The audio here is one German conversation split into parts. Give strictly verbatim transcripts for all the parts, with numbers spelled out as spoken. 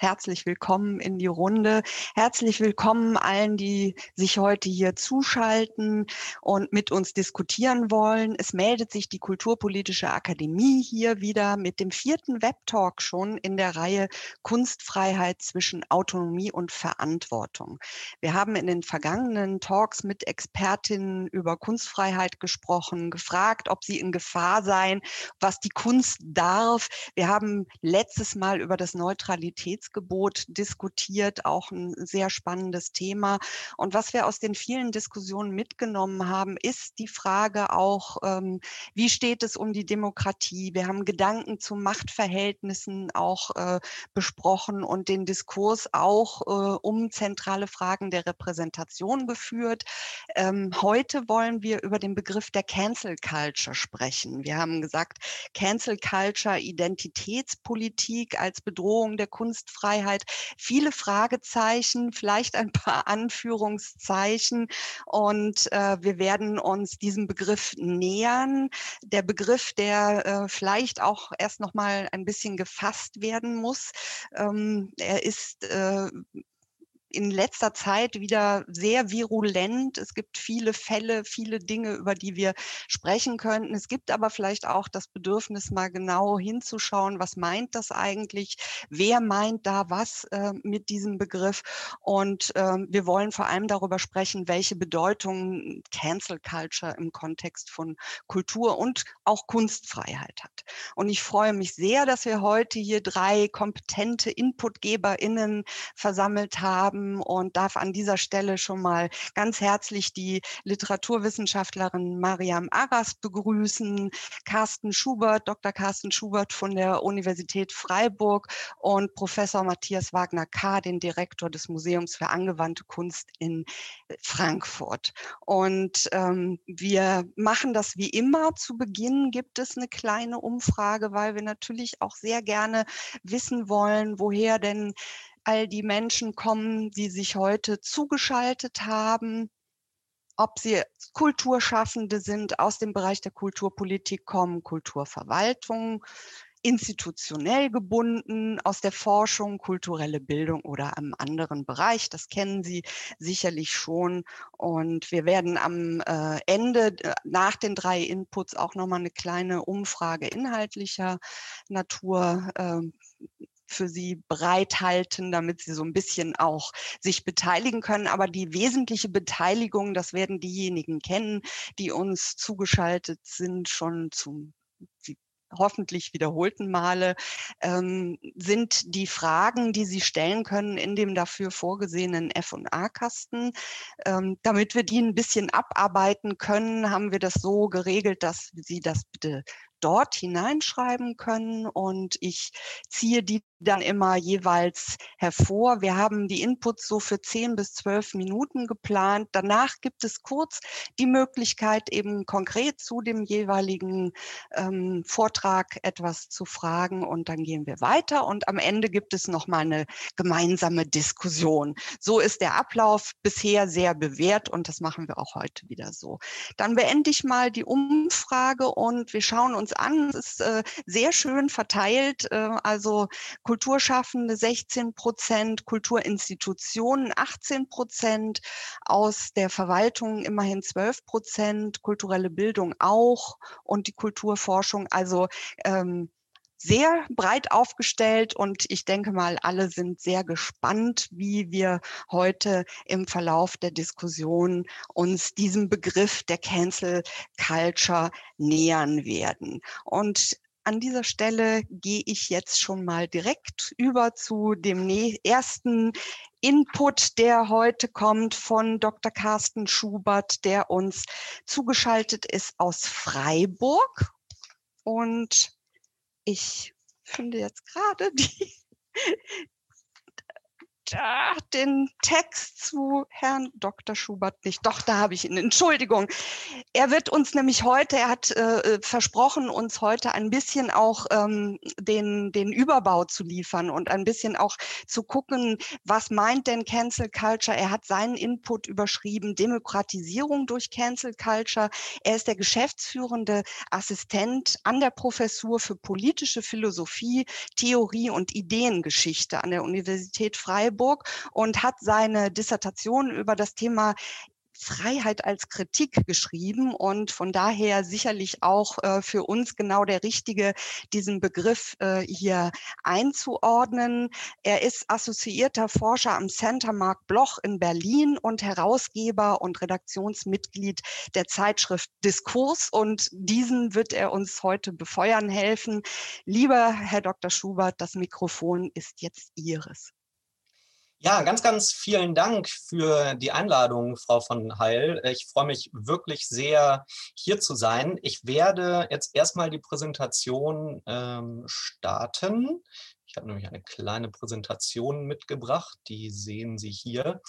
herzlich willkommen in die Runde. Herzlich willkommen allen, die sich heute hier zuschalten und mit uns diskutieren wollen. Es meldet sich die Kulturpolitische Akademie hier wieder mit dem vierten Webtalk schon in der Reihe Kunstfreiheit zwischen Autonomie und Verantwortung. Wir haben in den vergangenen Talks mit Expertinnen über Kunstfreiheit gesprochen, gefragt, ob sie in Gefahr seien, was die Kunst darf. Wir haben letztes Mal über das Neutralitätsgebot diskutiert, auch ein sehr spannendes Thema. Und was wir aus den vielen Diskussionen mitgenommen haben, ist die Frage auch, ähm, wie steht es um die Demokratie? Wir haben Gedanken zu Machtverhältnissen auch äh, besprochen und den Diskurs auch äh, um zentrale Fragen der Repräsentation geführt. Ähm, heute wollen wir über den Begriff der Cancel Culture sprechen. Wir haben gesagt, Cancel Culture, Identitätspolitik als Bedrohung der Kunstfreiheit, viele Fragezeichen, vielleicht ein paar Anführungszeichen. Und äh, wir werden uns diesem Begriff nähern. Der Begriff, der äh, vielleicht auch erst noch mal ein bisschen gefasst werden muss. Ähm, er ist äh, in letzter Zeit wieder sehr virulent. Es gibt viele Fälle, viele Dinge, über die wir sprechen könnten. Es gibt aber vielleicht auch das Bedürfnis, mal genau hinzuschauen, was meint das eigentlich? Wer meint da was äh, mit diesem Begriff? Und äh, wir wollen vor allem darüber sprechen, welche Bedeutung Cancel Culture im Kontext von Kultur und auch Kunstfreiheit hat. Und ich freue mich sehr, dass wir heute hier drei kompetente InputgeberInnen versammelt haben und darf an dieser Stelle schon mal ganz herzlich die Literaturwissenschaftlerin Mariam Arras begrüßen, Carsten Schubert, Doktor Carsten Schubert von der Universität Freiburg und Professor Matthias Wagner-Kahr, den Direktor des Museums für angewandte Kunst in Frankfurt. Und ähm, wir machen das wie immer. Zu Beginn gibt es eine kleine Umfrage, weil wir natürlich auch sehr gerne wissen wollen, woher denn all die Menschen kommen, die sich heute zugeschaltet haben, ob sie Kulturschaffende sind, aus dem Bereich der Kulturpolitik kommen, Kulturverwaltung, institutionell gebunden, aus der Forschung, kulturelle Bildung oder einem anderen Bereich. Das kennen Sie sicherlich schon. Und wir werden am äh, Ende nach den drei Inputs auch nochmal eine kleine Umfrage inhaltlicher Natur äh, für Sie bereithalten, damit Sie so ein bisschen auch sich beteiligen können. Aber die wesentliche Beteiligung, das werden diejenigen kennen, die uns zugeschaltet sind, schon zum hoffentlich wiederholten Male, ähm, sind die Fragen, die Sie stellen können in dem dafür vorgesehenen F und A-Kasten. Ähm, damit wir die ein bisschen abarbeiten können, haben wir das so geregelt, dass Sie das bitte dort hineinschreiben können und ich ziehe die dann immer jeweils hervor. Wir haben die Inputs so für zehn bis zwölf Minuten geplant. Danach gibt es kurz die Möglichkeit, eben konkret zu dem jeweiligen ähm, Vortrag etwas zu fragen und dann gehen wir weiter und am Ende gibt es nochmal eine gemeinsame Diskussion. So ist der Ablauf bisher sehr bewährt und das machen wir auch heute wieder so. Dann beende ich mal die Umfrage und wir schauen uns an. Es ist äh, sehr schön verteilt, äh, also Kulturschaffende sechzehn Prozent, Kulturinstitutionen achtzehn Prozent, aus der Verwaltung immerhin zwölf Prozent, kulturelle Bildung auch und die Kulturforschung, also ähm, sehr breit aufgestellt und ich denke mal, alle sind sehr gespannt, wie wir heute im Verlauf der Diskussion uns diesem Begriff der Cancel Culture nähern werden. Und an dieser Stelle gehe ich jetzt schon mal direkt über zu dem ersten Input, der heute kommt von Doktor Carsten Schubert, der uns zugeschaltet ist aus Freiburg. Und ich finde jetzt gerade die, ah, den Text zu Herrn Doktor Schubert nicht. Doch, da habe ich ihn. Entschuldigung. Er wird uns nämlich heute, er hat äh, versprochen, uns heute ein bisschen auch ähm, den, den Überbau zu liefern und ein bisschen auch zu gucken, was meint denn Cancel Culture? Er hat seinen Input überschrieben, Demokratisierung durch Cancel Culture. Er ist der geschäftsführende Assistent an der Professur für politische Philosophie, Theorie und Ideengeschichte an der Universität Freiburg und hat seine Dissertation über das Thema Freiheit als Kritik geschrieben und von daher sicherlich auch äh, für uns genau der Richtige, diesen Begriff äh, hier einzuordnen. Er ist assoziierter Forscher am Center Marc Bloch in Berlin und Herausgeber und Redaktionsmitglied der Zeitschrift Diskurs und diesen wird er uns heute befeuern helfen. Lieber Herr Doktor Schubert, das Mikrofon ist jetzt Ihres. Ja, ganz, ganz vielen Dank für die Einladung, Frau von Heil. Ich freue mich wirklich sehr, hier zu sein. Ich werde jetzt erstmal die Präsentation ähm, starten. Ich habe nämlich eine kleine Präsentation mitgebracht, die sehen Sie hier.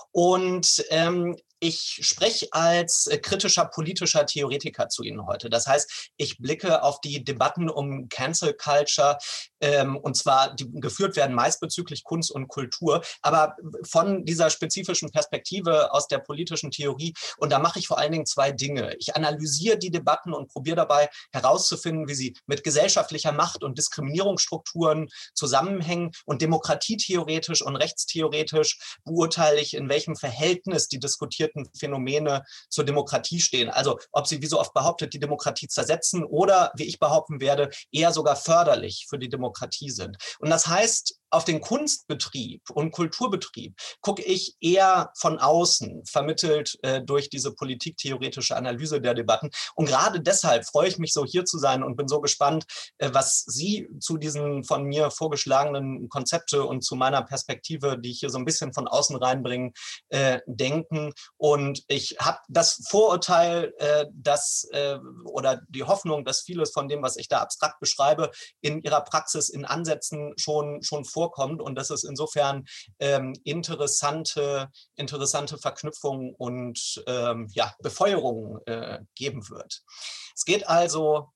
Und ähm, ich spreche als äh, kritischer politischer Theoretiker zu Ihnen heute. Das heißt, ich blicke auf die Debatten um Cancel Culture, ähm, und zwar, die geführt werden meist bezüglich Kunst und Kultur, aber von dieser spezifischen Perspektive aus der politischen Theorie. Und da mache ich vor allen Dingen zwei Dinge. Ich analysiere die Debatten und probiere dabei herauszufinden, wie sie mit gesellschaftlicher Macht und Diskriminierungsstrukturen zusammenhängen, und demokratietheoretisch und rechtstheoretisch beurteile ich, in welchem Verhältnis die diskutierten Phänomene zur Demokratie stehen. Also ob sie, wie so oft behauptet, die Demokratie zersetzen oder, wie ich behaupten werde, eher sogar förderlich für die Demokratie sind. Und das heißt, auf den Kunstbetrieb und Kulturbetrieb gucke ich eher von außen, vermittelt äh, durch diese politiktheoretische Analyse der Debatten. Und gerade deshalb freue ich mich so, hier zu sein und bin so gespannt, äh, was Sie zu diesen von mir vorgeschlagenen Konzepte und zu meiner Perspektive, die ich hier so ein bisschen von außen reinbringe, äh, denken. Und ich habe das Vorurteil, äh, dass, äh, oder die Hoffnung, dass vieles von dem, was ich da abstrakt beschreibe, in Ihrer Praxis in Ansätzen schon, schon vorkommt und dass es insofern ähm, interessante, interessante Verknüpfungen und ähm, ja, Befeuerungen äh, geben wird. Es geht also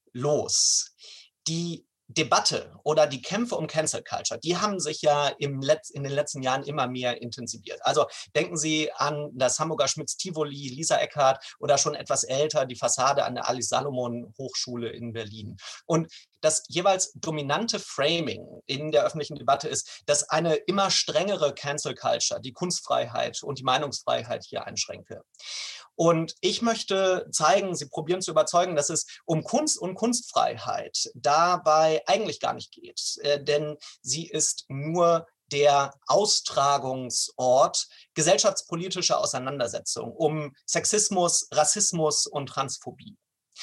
los. Die Debatte oder die Kämpfe um Cancel Culture, die haben sich ja im Letz-, in den letzten Jahren immer mehr intensiviert. Also denken Sie an das Hamburger Schmitz-Tivoli, Lisa Eckhardt oder schon etwas älter die Fassade an der Alice-Salomon-Hochschule in Berlin. Und das jeweils dominante Framing in der öffentlichen Debatte ist, dass eine immer strengere Cancel Culture die Kunstfreiheit und die Meinungsfreiheit hier einschränke. Und ich möchte zeigen, Sie probieren zu überzeugen, dass es um Kunst und Kunstfreiheit dabei eigentlich gar nicht geht, äh, denn sie ist nur der Austragungsort gesellschaftspolitischer Auseinandersetzung um Sexismus, Rassismus und Transphobie.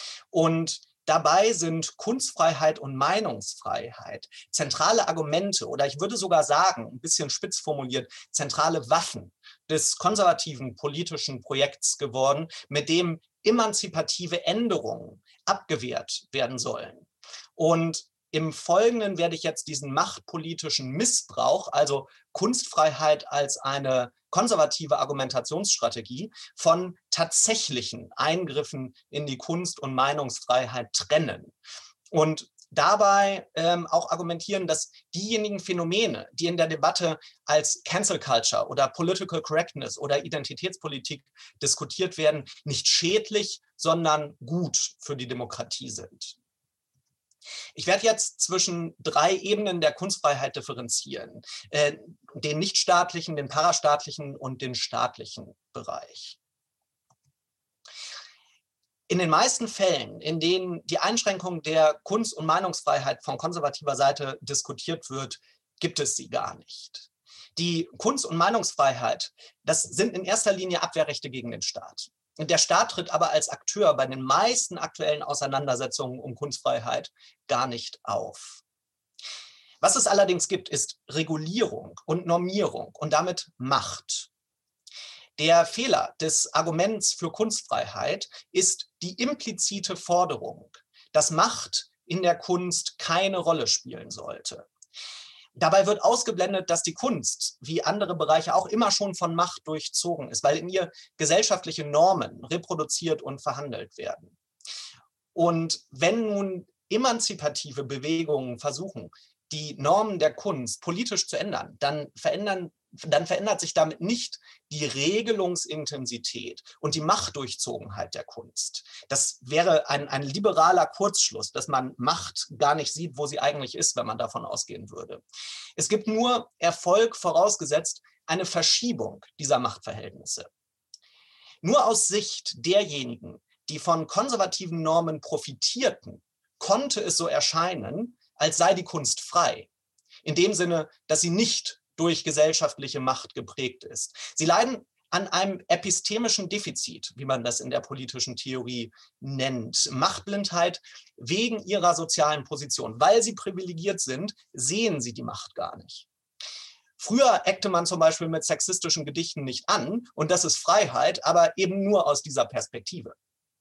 Und dabei sind Kunstfreiheit und Meinungsfreiheit zentrale Argumente oder ich würde sogar sagen, ein bisschen spitz formuliert, zentrale Waffen des konservativen politischen Projekts geworden, mit dem emanzipative Änderungen abgewehrt werden sollen. Und im Folgenden werde ich jetzt diesen machtpolitischen Missbrauch, also Kunstfreiheit als eine konservative Argumentationsstrategie, von tatsächlichen Eingriffen in die Kunst- und Meinungsfreiheit trennen. Und dabei ähm, auch argumentieren, dass diejenigen Phänomene, die in der Debatte als Cancel Culture oder Political Correctness oder Identitätspolitik diskutiert werden, nicht schädlich, sondern gut für die Demokratie sind. Ich werde jetzt zwischen drei Ebenen der Kunstfreiheit differenzieren, äh, den nichtstaatlichen, den parastaatlichen und den staatlichen Bereich. In den meisten Fällen, in denen die Einschränkung der Kunst- und Meinungsfreiheit von konservativer Seite diskutiert wird, gibt es sie gar nicht. Die Kunst- und Meinungsfreiheit, das sind in erster Linie Abwehrrechte gegen den Staat. Der Staat tritt aber als Akteur bei den meisten aktuellen Auseinandersetzungen um Kunstfreiheit gar nicht auf. Was es allerdings gibt, ist Regulierung und Normierung und damit Macht. Der Fehler des Arguments für Kunstfreiheit ist die implizite Forderung, dass Macht in der Kunst keine Rolle spielen sollte. Dabei wird ausgeblendet, dass die Kunst, wie andere Bereiche, auch immer schon von Macht durchzogen ist, weil in ihr gesellschaftliche Normen reproduziert und verhandelt werden. Und wenn nun emanzipative Bewegungen versuchen, die Normen der Kunst politisch zu ändern, dann verändern dann verändert sich damit nicht die Regelungsintensität und die Machtdurchzogenheit der Kunst. Das wäre ein, ein liberaler Kurzschluss, dass man Macht gar nicht sieht, wo sie eigentlich ist, wenn man davon ausgehen würde. Es gibt nur Erfolg vorausgesetzt eine Verschiebung dieser Machtverhältnisse. Nur aus Sicht derjenigen, die von konservativen Normen profitierten, konnte es so erscheinen, als sei die Kunst frei. In dem Sinne, dass sie nicht durch gesellschaftliche Macht geprägt ist. Sie leiden an einem epistemischen Defizit, wie man das in der politischen Theorie nennt. Machtblindheit wegen ihrer sozialen Position. Weil sie privilegiert sind, sehen sie die Macht gar nicht. Früher eckte man zum Beispiel mit sexistischen Gedichten nicht an, und das ist Freiheit, aber eben nur aus dieser Perspektive.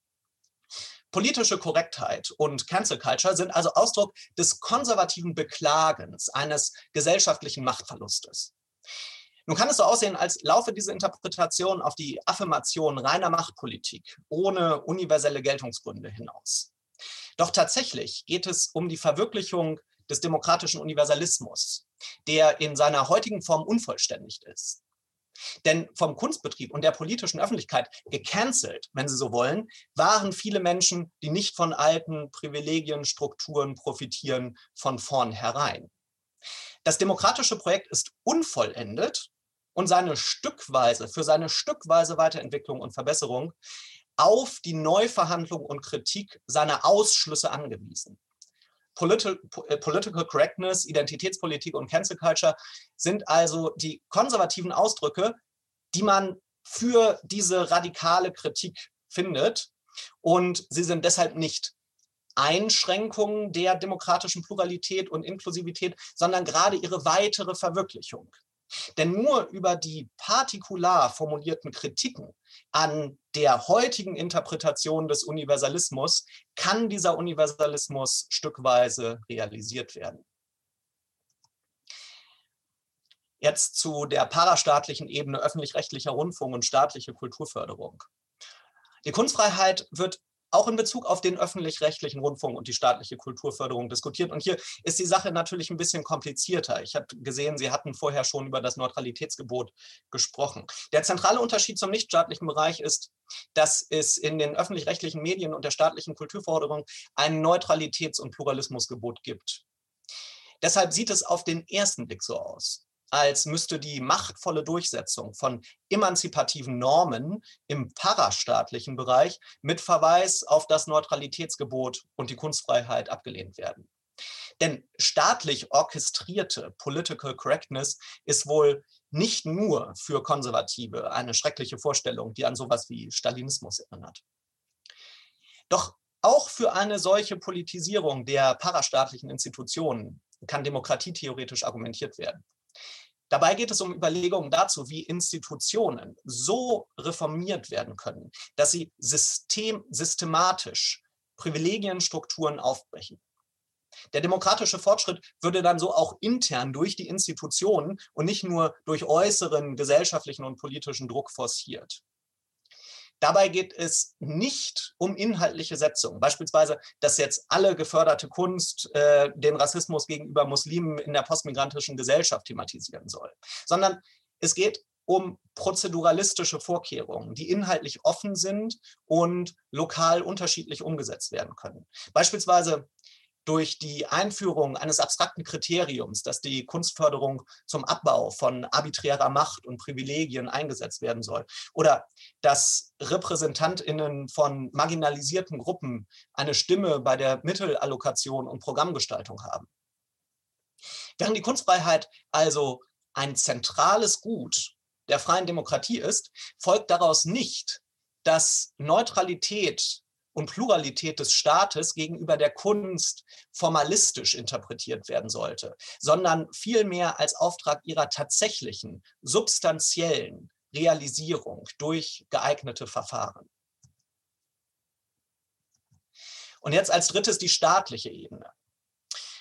Politische Korrektheit und Cancel Culture sind also Ausdruck des konservativen Beklagens eines gesellschaftlichen Machtverlustes. Nun kann es so aussehen, als laufe diese Interpretation auf die Affirmation reiner Machtpolitik ohne universelle Geltungsgründe hinaus. Doch tatsächlich geht es um die Verwirklichung des demokratischen Universalismus, der in seiner heutigen Form unvollständig ist. Denn vom Kunstbetrieb und der politischen Öffentlichkeit gecancelt, wenn Sie so wollen, waren viele Menschen, die nicht von alten Privilegienstrukturen profitieren, von vornherein. Das demokratische Projekt ist unvollendet und seine stückweise, für seine stückweise Weiterentwicklung und Verbesserung auf die Neuverhandlung und Kritik seiner Ausschlüsse angewiesen. Political, Political Correctness, Identitätspolitik und Cancel Culture sind also die konservativen Ausdrücke, die man für diese radikale Kritik findet. Und sie sind deshalb nicht Einschränkungen der demokratischen Pluralität und Inklusivität, sondern gerade ihre weitere Verwirklichung. Denn nur über die partikular formulierten Kritiken an der heutigen Interpretation des Universalismus kann dieser Universalismus stückweise realisiert werden. Jetzt zu der parastaatlichen Ebene öffentlich-rechtlicher Rundfunk und staatliche Kulturförderung. Die Kunstfreiheit wird auch in Bezug auf den öffentlich-rechtlichen Rundfunk und die staatliche Kulturförderung diskutiert. Und hier ist die Sache natürlich ein bisschen komplizierter. Ich habe gesehen, Sie hatten vorher schon über das Neutralitätsgebot gesprochen. Der zentrale Unterschied zum nichtstaatlichen Bereich ist, dass es in den öffentlich-rechtlichen Medien und der staatlichen Kulturförderung ein Neutralitäts- und Pluralismusgebot gibt. Deshalb sieht es auf den ersten Blick so aus, als müsste die machtvolle Durchsetzung von emanzipativen Normen im parastaatlichen Bereich mit Verweis auf das Neutralitätsgebot und die Kunstfreiheit abgelehnt werden. Denn staatlich orchestrierte Political Correctness ist wohl nicht nur für Konservative eine schreckliche Vorstellung, die an sowas wie Stalinismus erinnert. Doch auch für eine solche Politisierung der parastaatlichen Institutionen kann demokratietheoretisch argumentiert werden. Dabei geht es um Überlegungen dazu, wie Institutionen so reformiert werden können, dass sie system, systematisch Privilegienstrukturen aufbrechen. Der demokratische Fortschritt würde dann so auch intern durch die Institutionen und nicht nur durch äußeren gesellschaftlichen und politischen Druck forciert. Dabei geht es nicht um inhaltliche Setzung, beispielsweise, dass jetzt alle geförderte Kunst äh, den Rassismus gegenüber Muslimen in der postmigrantischen Gesellschaft thematisieren soll, sondern es geht um prozeduralistische Vorkehrungen, die inhaltlich offen sind und lokal unterschiedlich umgesetzt werden können. Beispielsweise durch die Einführung eines abstrakten Kriteriums, dass die Kunstförderung zum Abbau von arbiträrer Macht und Privilegien eingesetzt werden soll. Oder dass RepräsentantInnen von marginalisierten Gruppen eine Stimme bei der Mittelallokation und Programmgestaltung haben. Während die Kunstfreiheit also ein zentrales Gut der freien Demokratie ist, folgt daraus nicht, dass Neutralität und Pluralität des Staates gegenüber der Kunst formalistisch interpretiert werden sollte, sondern vielmehr als Auftrag ihrer tatsächlichen, substanziellen Realisierung durch geeignete Verfahren. Und jetzt als drittes die staatliche Ebene.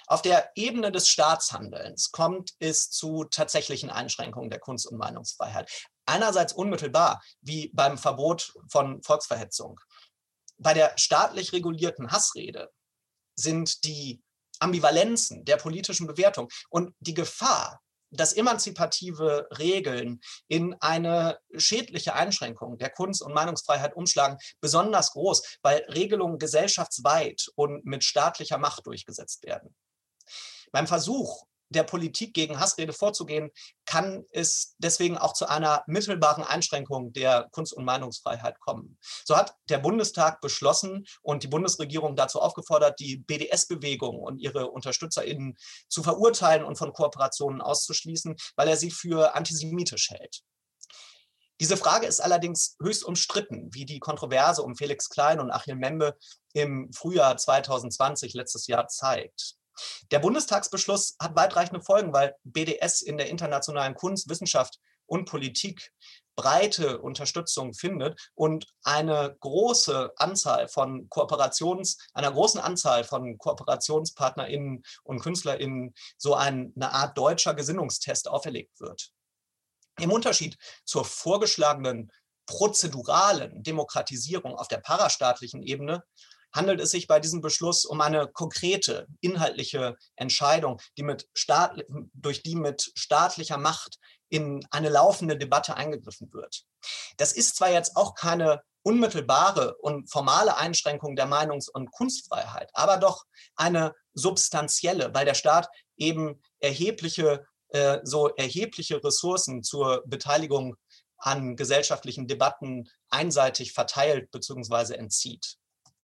Auf der Ebene des Staatshandelns kommt es zu tatsächlichen Einschränkungen der Kunst- und Meinungsfreiheit. Einerseits unmittelbar, wie beim Verbot von Volksverhetzung. Bei der staatlich regulierten Hassrede sind die Ambivalenzen der politischen Bewertung und die Gefahr, dass emanzipative Regeln in eine schädliche Einschränkung der Kunst- und Meinungsfreiheit umschlagen, besonders groß, weil Regelungen gesellschaftsweit und mit staatlicher Macht durchgesetzt werden. Beim Versuch der Politik gegen Hassrede vorzugehen, kann es deswegen auch zu einer mittelbaren Einschränkung der Kunst- und Meinungsfreiheit kommen. So hat der Bundestag beschlossen und die Bundesregierung dazu aufgefordert, die B D S-Bewegung und ihre UnterstützerInnen zu verurteilen und von Kooperationen auszuschließen, weil er sie für antisemitisch hält. Diese Frage ist allerdings höchst umstritten, wie die Kontroverse um Felix Klein und Achim Membe im Frühjahr zweitausendzwanzig, letztes Jahr, zeigt. Der Bundestagsbeschluss hat weitreichende Folgen, weil B D S in der internationalen Kunst, Wissenschaft und Politik breite Unterstützung findet und eine große Anzahl von Kooperations, einer großen Anzahl von KooperationspartnerInnen und KünstlerInnen so eine Art deutscher Gesinnungstest auferlegt wird. Im Unterschied zur vorgeschlagenen prozeduralen Demokratisierung auf der parastaatlichen Ebene handelt es sich bei diesem Beschluss um eine konkrete, inhaltliche Entscheidung, die mit Staat, durch die mit staatlicher Macht in eine laufende Debatte eingegriffen wird. Das ist zwar jetzt auch keine unmittelbare und formale Einschränkung der Meinungs- und Kunstfreiheit, aber doch eine substanzielle, weil der Staat eben erhebliche, äh, so erhebliche Ressourcen zur Beteiligung an gesellschaftlichen Debatten einseitig verteilt bzw. entzieht.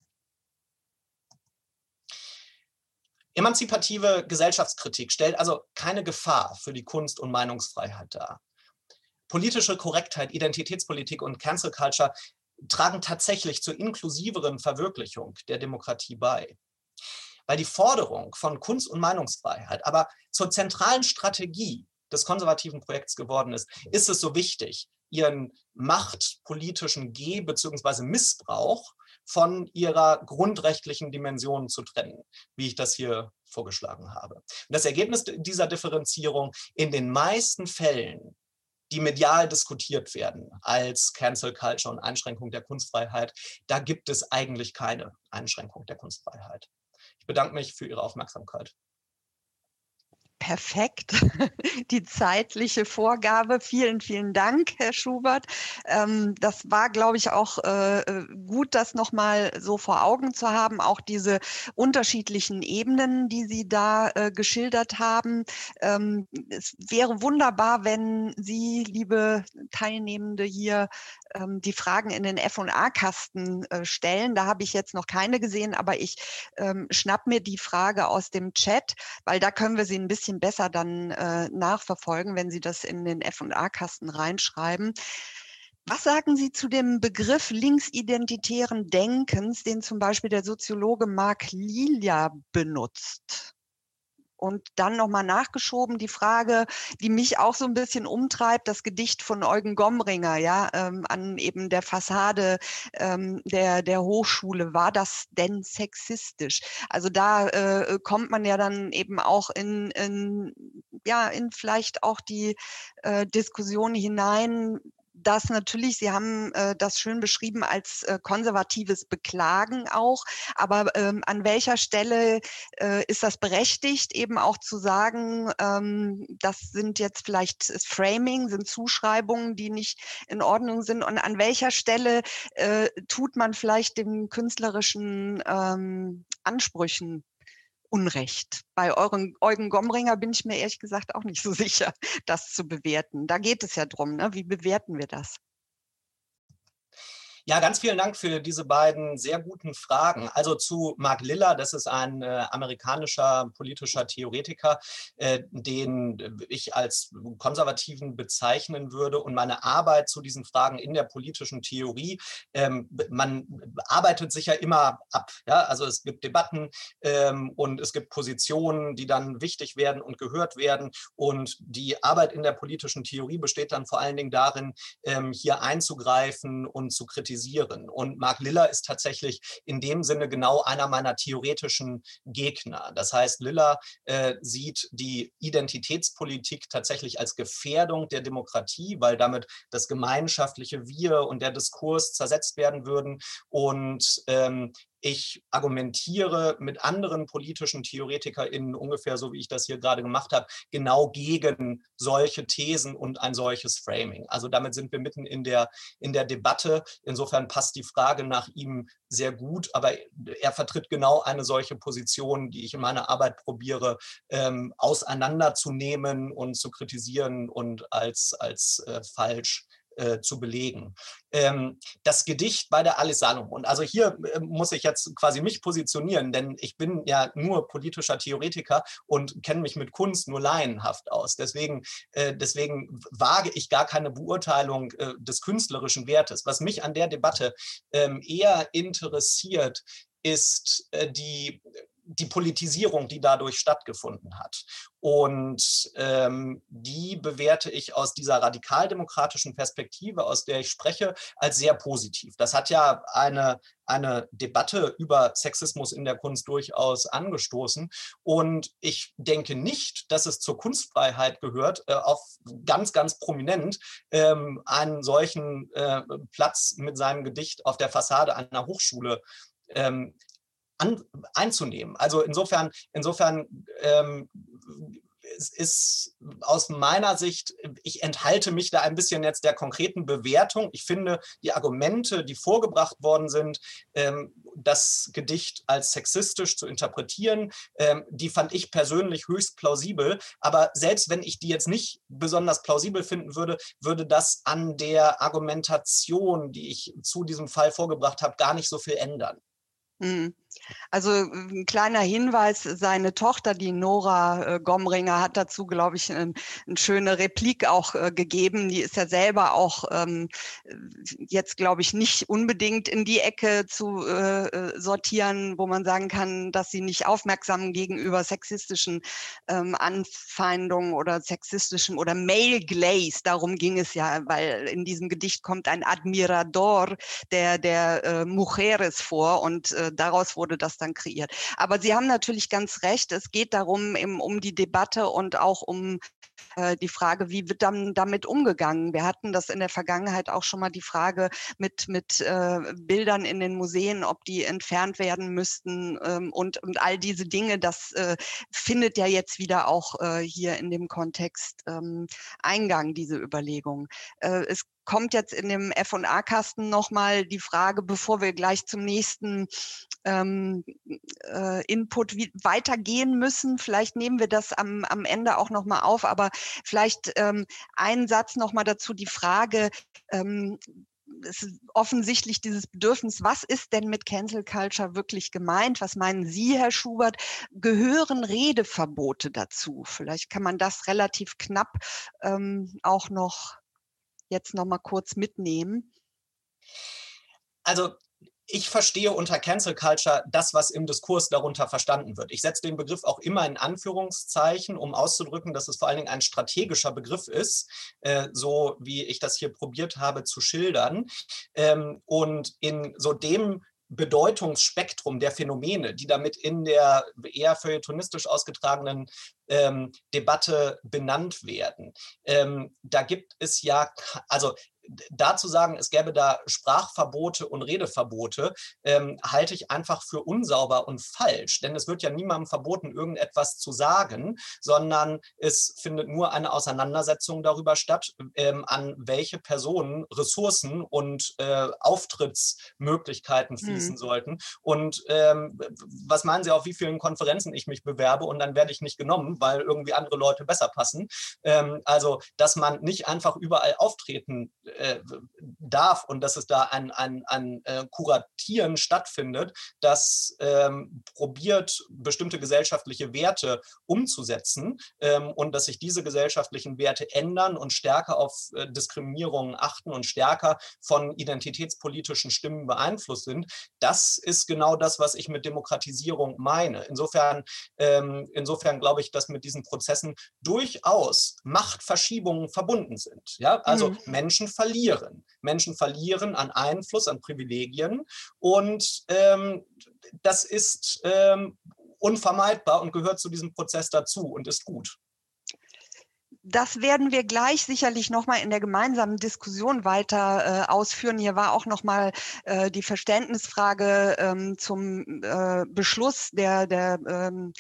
Emanzipative Gesellschaftskritik stellt also keine Gefahr für die Kunst- und Meinungsfreiheit dar. Politische Korrektheit, Identitätspolitik und Cancel Culture tragen tatsächlich zur inklusiveren Verwirklichung der Demokratie bei. Weil die Forderung von Kunst- und Meinungsfreiheit aber zur zentralen Strategie des konservativen Projekts geworden ist, ist es so wichtig, ihren machtpolitischen Geh- bzw. Missbrauch von ihrer grundrechtlichen Dimension zu trennen, wie ich das hier vorgeschlagen habe. Und das Ergebnis dieser Differenzierung: in den meisten Fällen, die medial diskutiert werden als Cancel Culture und Einschränkung der Kunstfreiheit, da gibt es eigentlich keine Einschränkung der Kunstfreiheit. Ich bedanke mich für Ihre Aufmerksamkeit. Perfekt, die zeitliche Vorgabe. Vielen, vielen Dank, Herr Schubert. Ähm, das war, glaube ich, auch äh, gut, das nochmal so vor Augen zu haben, auch diese unterschiedlichen Ebenen, die Sie da äh, geschildert haben. Ähm, es wäre wunderbar, wenn Sie, liebe Teilnehmende hier, ähm, die Fragen in den F und A-Kasten äh, stellen. Da habe ich jetzt noch keine gesehen, aber ich ähm, schnapp mir die Frage aus dem Chat, weil da können wir sie ein bisschen besser dann äh, nachverfolgen, wenn Sie das in den F und A-Kasten reinschreiben. Was sagen Sie zu dem Begriff linksidentitären Denkens, den zum Beispiel der Soziologe Mark Lilia benutzt? Und dann nochmal nachgeschoben die Frage, die mich auch so ein bisschen umtreibt, das Gedicht von Eugen Gomringer, ja, ähm, an eben der Fassade ähm, der, der Hochschule. War das denn sexistisch? Also da äh, kommt man ja dann eben auch in, in, ja, in vielleicht auch die äh, Diskussion hinein, dass natürlich, Sie haben äh, das schön beschrieben als äh, konservatives Beklagen auch, aber ähm, an welcher Stelle äh, ist das berechtigt, eben auch zu sagen, ähm, das sind jetzt vielleicht Framing, sind Zuschreibungen, die nicht in Ordnung sind, und an welcher Stelle äh, tut man vielleicht den künstlerischen ähm, Ansprüchen Unrecht. Bei euren, Eugen Gomringer bin ich mir ehrlich gesagt auch nicht so sicher, das zu bewerten. Da geht es ja drum, ne? Wie bewerten wir das? Ja, ganz vielen Dank für diese beiden sehr guten Fragen. Also zu Mark Lilla, das ist ein äh, amerikanischer politischer Theoretiker, äh, den ich als Konservativen bezeichnen würde, und meine Arbeit zu diesen Fragen in der politischen Theorie, ähm, man arbeitet sich ja immer ab. Ja? Also es gibt Debatten ähm, und es gibt Positionen, die dann wichtig werden und gehört werden, und die Arbeit in der politischen Theorie besteht dann vor allen Dingen darin, ähm, hier einzugreifen und zu kritisieren, kritisieren. Und Mark Liller ist tatsächlich in dem Sinne genau einer meiner theoretischen Gegner. Das heißt, Liller äh, sieht die Identitätspolitik tatsächlich als Gefährdung der Demokratie, weil damit das gemeinschaftliche Wir und der Diskurs zersetzt werden würden. Und ähm, ich argumentiere mit anderen politischen TheoretikerInnen ungefähr so, wie ich das hier gerade gemacht habe, genau gegen solche Thesen und ein solches Framing. Also damit sind wir mitten in der, in der Debatte. Insofern passt die Frage nach ihm sehr gut, aber er vertritt genau eine solche Position, die ich in meiner Arbeit probiere, ähm, auseinanderzunehmen und zu kritisieren und als, als äh, falsch Äh, zu belegen. Ähm, das Gedicht bei der Alice Salomon, also hier äh, muss ich jetzt quasi mich positionieren, denn ich bin ja nur politischer Theoretiker und kenne mich mit Kunst nur laienhaft aus. Deswegen, äh, deswegen wage ich gar keine Beurteilung äh, des künstlerischen Wertes. Was mich an der Debatte ähm, eher interessiert, ist äh, die die Politisierung, die dadurch stattgefunden hat. Und ähm, die bewerte ich aus dieser radikaldemokratischen Perspektive, aus der ich spreche, als sehr positiv. Das hat ja eine, eine Debatte über Sexismus in der Kunst durchaus angestoßen. Und ich denke nicht, dass es zur Kunstfreiheit gehört, äh, auf ganz, ganz prominent ähm, einen solchen äh, Platz mit seinem Gedicht auf der Fassade einer Hochschule ähm, An, einzunehmen. Also insofern, insofern ähm, es ist aus meiner Sicht, ich enthalte mich da ein bisschen jetzt der konkreten Bewertung. Ich finde, die Argumente, die vorgebracht worden sind, ähm, das Gedicht als sexistisch zu interpretieren, ähm, die fand ich persönlich höchst plausibel. Aber selbst wenn ich die jetzt nicht besonders plausibel finden würde, würde das an der Argumentation, die ich zu diesem Fall vorgebracht habe, gar nicht so viel ändern. Also ein kleiner Hinweis, seine Tochter, die Nora äh, Gomringer, hat dazu, glaube ich, eine ein schöne Replik auch äh, gegeben. Die ist ja selber auch ähm, jetzt, glaube ich, nicht unbedingt in die Ecke zu äh, sortieren, wo man sagen kann, dass sie nicht aufmerksam gegenüber sexistischen ähm, Anfeindungen oder sexistischem oder Male Glaze, darum ging es ja, weil in diesem Gedicht kommt ein Admirador der, der äh, Mujeres vor und äh, daraus wurde das dann kreiert. Aber Sie haben natürlich ganz recht, es geht darum, eben um die Debatte und auch um äh, die Frage, wie wird dann damit umgegangen? Wir hatten das in der Vergangenheit auch schon mal die Frage mit, mit äh, Bildern in den Museen, ob die entfernt werden müssten ähm, und, und all diese Dinge, das äh, findet ja jetzt wieder auch äh, hier in dem Kontext ähm, Eingang, diese Überlegung. Äh, es kommt jetzt in dem F und A-Kasten nochmal die Frage, bevor wir gleich zum nächsten ähm, äh, Input wie, weitergehen müssen. Vielleicht nehmen wir das am, am Ende auch nochmal auf, aber vielleicht ähm, einen Satz nochmal dazu, die Frage, ähm, es ist offensichtlich dieses Bedürfnis, was ist denn mit Cancel Culture wirklich gemeint? Was meinen Sie, Herr Schubert? Gehören Redeverbote dazu? Vielleicht kann man das relativ knapp ähm, auch noch jetzt noch mal kurz mitnehmen? Also ich verstehe unter Cancel Culture das, was im Diskurs darunter verstanden wird. Ich setze den Begriff auch immer in Anführungszeichen, um auszudrücken, dass es vor allen Dingen ein strategischer Begriff ist, äh, so wie ich das hier probiert habe zu schildern. Ähm, und in so dem Bedeutungsspektrum der Phänomene, die damit in der eher feuilletonistisch ausgetragenen ähm, Debatte benannt werden. Ähm, da gibt es ja, also dazu sagen, es gäbe da Sprachverbote und Redeverbote, ähm, halte ich einfach für unsauber und falsch. Denn es wird ja niemandem verboten, irgendetwas zu sagen, sondern es findet nur eine Auseinandersetzung darüber statt, ähm, an welche Personen Ressourcen und äh, Auftrittsmöglichkeiten fließen mhm. sollten. Und ähm, was meinen Sie, auf wie vielen Konferenzen ich mich bewerbe und dann werde ich nicht genommen, weil irgendwie andere Leute besser passen. Ähm, also, dass man nicht einfach überall auftreten äh, darf und dass es da ein, ein, ein äh, Kuratieren stattfindet, das ähm, probiert, bestimmte gesellschaftliche Werte umzusetzen ähm, und dass sich diese gesellschaftlichen Werte ändern und stärker auf äh, Diskriminierungen achten und stärker von identitätspolitischen Stimmen beeinflusst sind. Das ist genau das, was ich mit Demokratisierung meine. Insofern, ähm, insofern glaube ich, dass mit diesen Prozessen durchaus Machtverschiebungen verbunden sind. Ja? Also mhm. Menschen verlieren verlieren. Menschen verlieren an Einfluss, an Privilegien und ähm, das ist ähm, unvermeidbar und gehört zu diesem Prozess dazu und ist gut. Das werden wir gleich sicherlich nochmal in der gemeinsamen Diskussion weiter äh, ausführen. Hier war auch nochmal äh, die Verständnisfrage ähm, zum äh, Beschluss der, der ähm,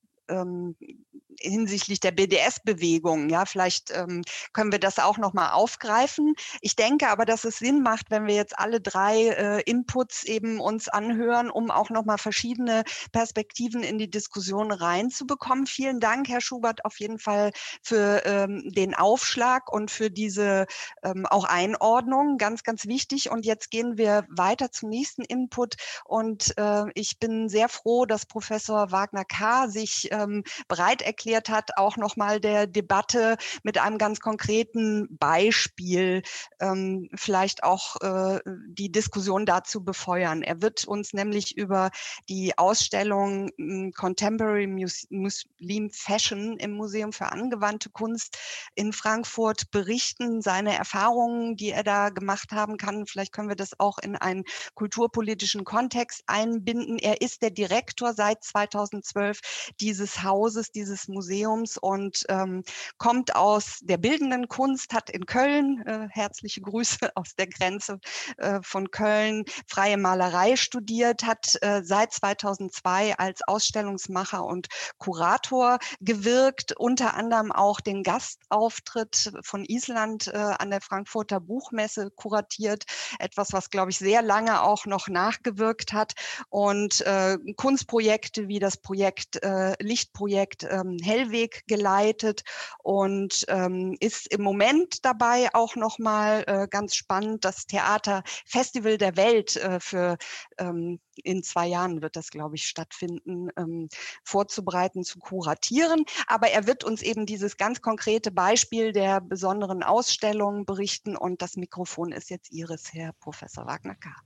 ähm, hinsichtlich der B D S-Bewegung. Ja, vielleicht ähm, können wir das auch noch mal aufgreifen. Ich denke aber, dass es Sinn macht, wenn wir jetzt alle drei äh, Inputs eben uns anhören, um auch noch mal verschiedene Perspektiven in die Diskussion reinzubekommen. Vielen Dank, Herr Schubert, auf jeden Fall für ähm, den Aufschlag und für diese ähm, auch Einordnung. Ganz, ganz wichtig. Und jetzt gehen wir weiter zum nächsten Input. Und äh, ich bin sehr froh, dass Professor Wagner-Karr sich ähm, bereit erklärt hat, auch nochmal der Debatte mit einem ganz konkreten Beispiel ähm, vielleicht auch äh, die Diskussion dazu befeuern. Er wird uns nämlich über die Ausstellung äh, Contemporary Mus Muslim Fashion im Museum für angewandte Kunst in Frankfurt berichten, seine Erfahrungen, die er da gemacht haben kann. Vielleicht können wir das auch in einen kulturpolitischen Kontext einbinden. Er ist der Direktor seit zweitausendzwölf dieses Hauses, dieses Museums und ähm, kommt aus der bildenden Kunst, hat in Köln, äh, herzliche Grüße aus der Grenze äh, von Köln, freie Malerei studiert, hat äh, seit zweitausendzwei als Ausstellungsmacher und Kurator gewirkt, unter anderem auch den Gastauftritt von Island äh, an der Frankfurter Buchmesse kuratiert, etwas, was, glaube ich, sehr lange auch noch nachgewirkt hat und äh, Kunstprojekte wie das Projekt äh, Lichtprojekt ähm, Hellweg geleitet und ähm, ist im Moment dabei auch nochmal äh, ganz spannend, das Theaterfestival der Welt äh, für ähm, in zwei Jahren wird das, glaube ich, stattfinden, ähm, vorzubereiten, zu kuratieren. Aber er wird uns eben dieses ganz konkrete Beispiel der besonderen Ausstellung berichten und das Mikrofon ist jetzt Ihres, Herr Professor Wagner-Karr.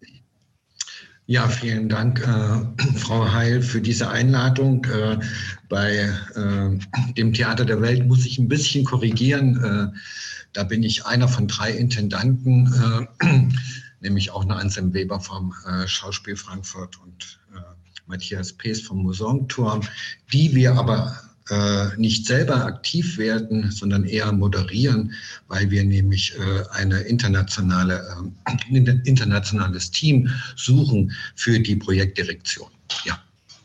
Ja, vielen Dank, äh, Frau Heil, für diese Einladung. Äh, bei äh, dem Theater der Welt muss ich ein bisschen korrigieren. Äh, da bin ich einer von drei Intendanten, äh, nämlich auch eine Anselm Weber vom äh, Schauspiel Frankfurt und äh, Matthias Pees vom Mousonturm, die wir aber äh, nicht selber aktiv werden, sondern eher moderieren, weil wir nämlich äh, eine internationale, äh, ein internationales Team suchen für die Projektdirektion. Ja.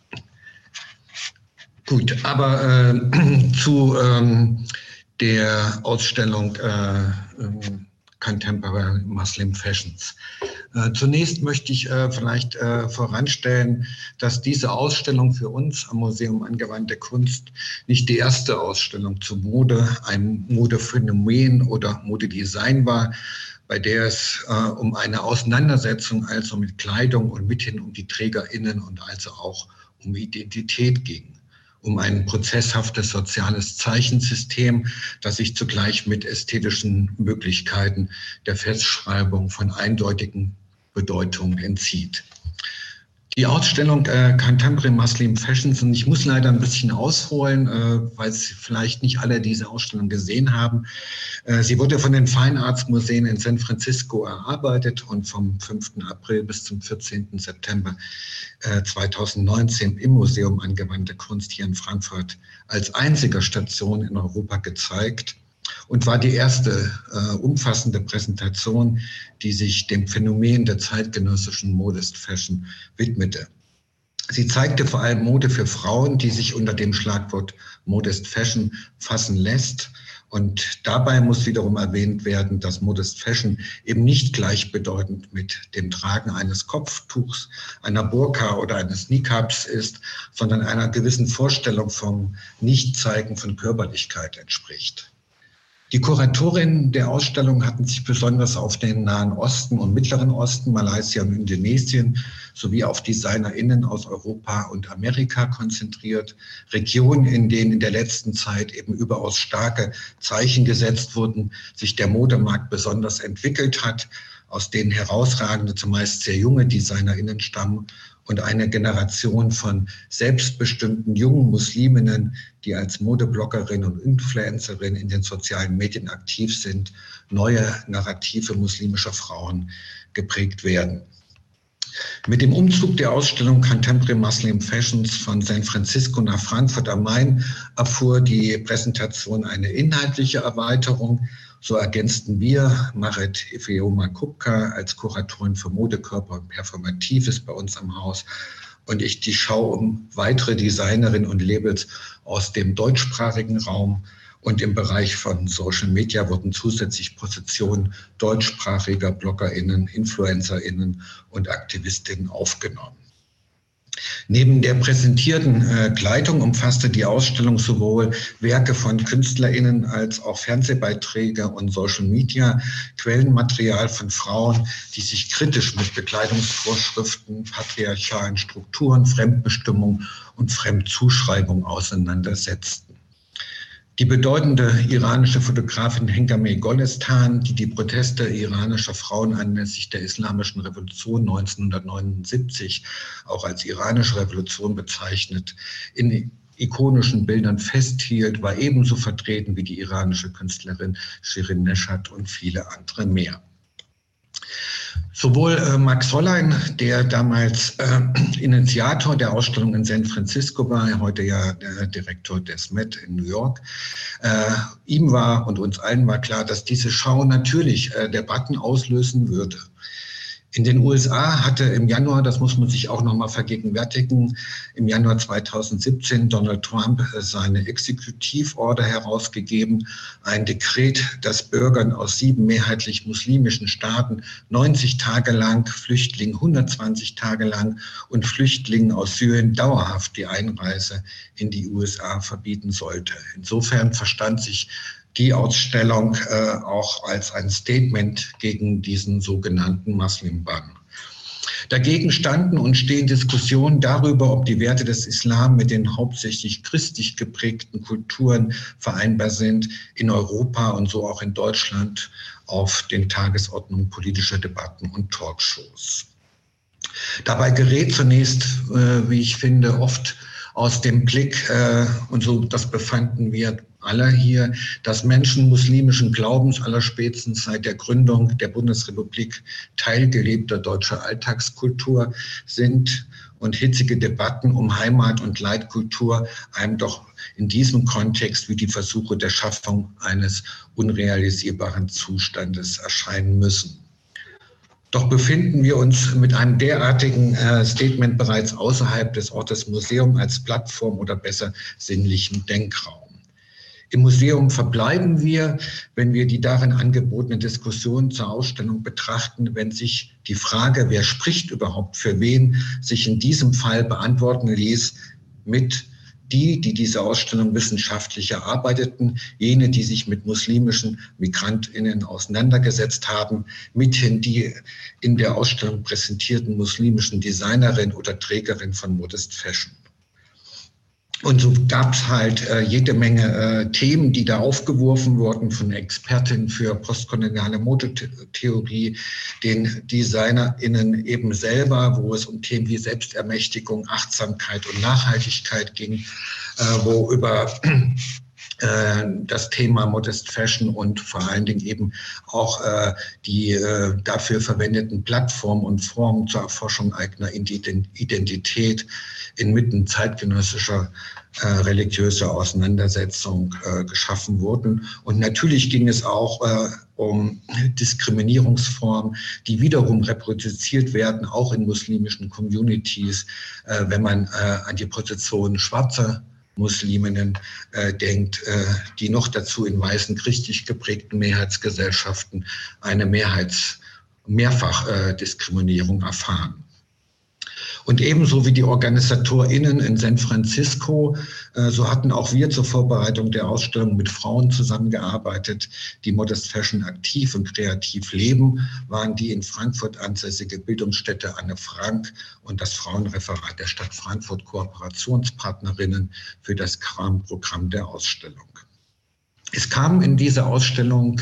Gut, aber äh, zu ähm, der Ausstellung äh, Contemporary Muslim Fashions. Äh, zunächst möchte ich äh, vielleicht äh, voranstellen, dass diese Ausstellung für uns am Museum Angewandte Kunst nicht die erste Ausstellung zu Mode, einem Modephänomen oder Modedesign war, bei der es äh, um eine Auseinandersetzung also mit Kleidung und mithin um die TrägerInnen und also auch um Identität ging. Um ein prozesshaftes soziales Zeichensystem, das sich zugleich mit ästhetischen Möglichkeiten der Festschreibung von eindeutigen Bedeutungen entzieht. Die Ausstellung äh, Contemporary Muslim Fashions, und ich muss leider ein bisschen ausholen, äh, weil Sie vielleicht nicht alle diese Ausstellung gesehen haben. Äh, sie wurde von den Fine Arts Museen in San Francisco erarbeitet und vom fünften April bis zum vierzehnten September äh, zweitausendneunzehn im Museum Angewandte Kunst hier in Frankfurt als einzige Station in Europa gezeigt. Und war die erste äh, umfassende Präsentation, die sich dem Phänomen der zeitgenössischen Modest Fashion widmete. Sie zeigte vor allem Mode für Frauen, die sich unter dem Schlagwort Modest Fashion fassen lässt. Und dabei muss wiederum erwähnt werden, dass Modest Fashion eben nicht gleichbedeutend mit dem Tragen eines Kopftuchs, einer Burka oder eines Niqabs ist, sondern einer gewissen Vorstellung vom Nichtzeigen von Körperlichkeit entspricht. Die Kuratorinnen der Ausstellung hatten sich besonders auf den Nahen Osten und Mittleren Osten, Malaysia und Indonesien sowie auf DesignerInnen aus Europa und Amerika konzentriert. Regionen, in denen in der letzten Zeit eben überaus starke Zeichen gesetzt wurden, sich der Modemarkt besonders entwickelt hat, aus denen herausragende, zumeist sehr junge DesignerInnen stammen und eine Generation von selbstbestimmten jungen Musliminnen, die als Modebloggerinnen und Influencerinnen in den sozialen Medien aktiv sind, neue Narrative muslimischer Frauen geprägt werden. Mit dem Umzug der Ausstellung Contemporary Muslim Fashions von San Francisco nach Frankfurt am Main erfuhr die Präsentation eine inhaltliche Erweiterung. So ergänzten wir Marit Ifeoma-Kupka als Kuratorin für Modekörper und Performatives bei uns am Haus und ich die Schau um weitere Designerinnen und Labels aus dem deutschsprachigen Raum. Und im Bereich von Social Media wurden zusätzlich Positionen deutschsprachiger BloggerInnen, InfluencerInnen und AktivistInnen aufgenommen. Neben der präsentierten äh, Kleidung umfasste die Ausstellung sowohl Werke von KünstlerInnen als auch Fernsehbeiträge und Social Media, Quellenmaterial von Frauen, die sich kritisch mit Bekleidungsvorschriften, patriarchalen Strukturen, Fremdbestimmung und Fremdzuschreibung auseinandersetzten. Die bedeutende iranische Fotografin Hengame Golestan, die die Proteste iranischer Frauen anlässlich der Islamischen Revolution neunzehnhundertneunundsiebzig auch als iranische Revolution bezeichnet, in ikonischen Bildern festhielt, war ebenso vertreten wie die iranische Künstlerin Shirin Neshat und viele andere mehr. Sowohl äh, Max Hollein, der damals äh, Initiator der Ausstellung in San Francisco war, heute ja der Direktor des Met in New York, äh, ihm war und uns allen war klar, dass diese Schau natürlich äh, Debatten auslösen würde. In den U S A hatte im Januar, das muss man sich auch noch mal vergegenwärtigen, im Januar zweitausendsiebzehn Donald Trump seine Exekutivorder herausgegeben, ein Dekret, das Bürgern aus sieben mehrheitlich muslimischen Staaten neunzig Tage lang, Flüchtlingen hundertzwanzig Tage lang und Flüchtlingen aus Syrien dauerhaft die Einreise in die U S A verbieten sollte. Insofern verstand sich die Ausstellung äh, auch als ein Statement gegen diesen sogenannten Muslim-Ban. Dagegen standen und stehen Diskussionen darüber, ob die Werte des Islam mit den hauptsächlich christlich geprägten Kulturen vereinbar sind, in Europa und so auch in Deutschland auf den Tagesordnungen politischer Debatten und Talkshows. Dabei gerät zunächst, äh, wie ich finde, oft aus dem Blick, äh, und so das befanden wir alle hier, dass Menschen muslimischen Glaubens allerspätestens seit der Gründung der Bundesrepublik Teil gelebter deutscher Alltagskultur sind und hitzige Debatten um Heimat- und Leitkultur einem doch in diesem Kontext wie die Versuche der Schaffung eines unrealisierbaren Zustandes erscheinen müssen. Doch befinden wir uns mit einem derartigen äh, Statement bereits außerhalb des Ortes Museum als Plattform oder besser sinnlichen Denkraum. Im Museum verbleiben wir, wenn wir die darin angebotene Diskussion zur Ausstellung betrachten, wenn sich die Frage, wer spricht überhaupt für wen, sich in diesem Fall beantworten ließ mit die, die diese Ausstellung wissenschaftlich erarbeiteten, jene, die sich mit muslimischen MigrantInnen auseinandergesetzt haben, mithin die in der Ausstellung präsentierten muslimischen Designerin oder Trägerin von Modest Fashion. Und so gab es halt äh, jede Menge äh, Themen, die da aufgeworfen wurden von Expertinnen für postkoloniale Modetheorie, den DesignerInnen eben selber, wo es um Themen wie Selbstermächtigung, Achtsamkeit und Nachhaltigkeit ging, äh, wo über äh, das Thema Modest Fashion und vor allen Dingen eben auch äh, die äh, dafür verwendeten Plattformen und Formen zur Erforschung eigener Identität inmitten zeitgenössischer äh, religiöser Auseinandersetzung äh, geschaffen wurden. Und natürlich ging es auch äh, um Diskriminierungsformen, die wiederum reproduziert werden, auch in muslimischen Communities, äh, wenn man äh, an die Position schwarzer Musliminnen äh, denkt, äh, die noch dazu in weißen, christlich geprägten Mehrheitsgesellschaften eine Mehrheits-, Mehrfachdiskriminierung äh, erfahren. Und ebenso wie die OrganisatorInnen in San Francisco, äh, so hatten auch wir zur Vorbereitung der Ausstellung mit Frauen zusammengearbeitet, die Modest Fashion aktiv und kreativ leben, waren die in Frankfurt ansässige Bildungsstätte Anne Frank und das Frauenreferat der Stadt Frankfurt Kooperationspartnerinnen für das Rahmenprogramm der Ausstellung. Es kam in diese Ausstellung,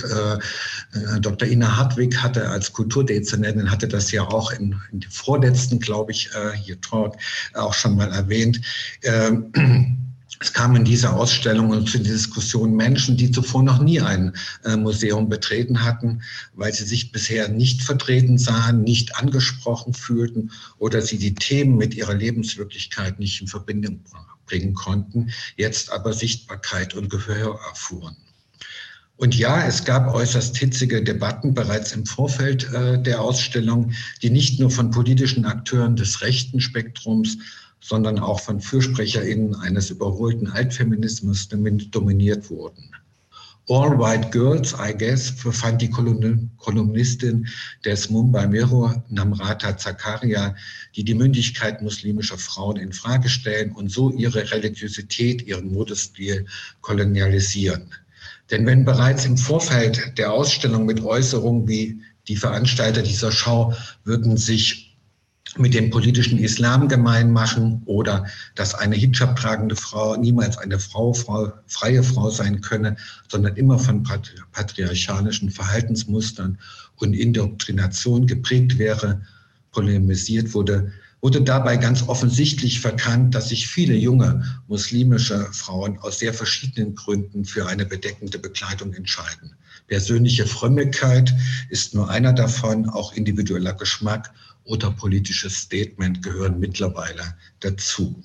äh, Doktor Ina Hartwig hatte als Kulturdezernentin, hatte das ja auch in, in dem vorletzten, glaube ich, äh, hier Talk auch schon mal erwähnt. Ähm, Es kamen in dieser Ausstellung und zu der Diskussion Menschen, die zuvor noch nie ein äh, Museum betreten hatten, weil sie sich bisher nicht vertreten sahen, nicht angesprochen fühlten oder sie die Themen mit ihrer Lebenswirklichkeit nicht in Verbindung bringen konnten, jetzt aber Sichtbarkeit und Gehör erfuhren. Und ja, es gab äußerst hitzige Debatten bereits im Vorfeld äh, der Ausstellung, die nicht nur von politischen Akteuren des rechten Spektrums, sondern auch von FürsprecherInnen eines überholten Altfeminismus dominiert wurden. All White Girls, I guess, befand die Kolumnistin des Mumbai Mirror, Namrata Zakaria, die die Mündigkeit muslimischer Frauen in Frage stellen und so ihre Religiosität, ihren Modestil kolonialisieren. Denn wenn bereits im Vorfeld der Ausstellung mit Äußerungen wie die Veranstalter dieser Schau würden sich mit dem politischen Islam gemein machen oder dass eine Hijab tragende Frau niemals eine Frau, Frau, freie Frau sein könne, sondern immer von patriarchalischen Verhaltensmustern und Indoktrination geprägt wäre, polemisiert wurde, wurde dabei ganz offensichtlich verkannt, dass sich viele junge muslimische Frauen aus sehr verschiedenen Gründen für eine bedeckende Bekleidung entscheiden. Persönliche Frömmigkeit ist nur einer davon, auch individueller Geschmack oder politisches Statement gehören mittlerweile dazu.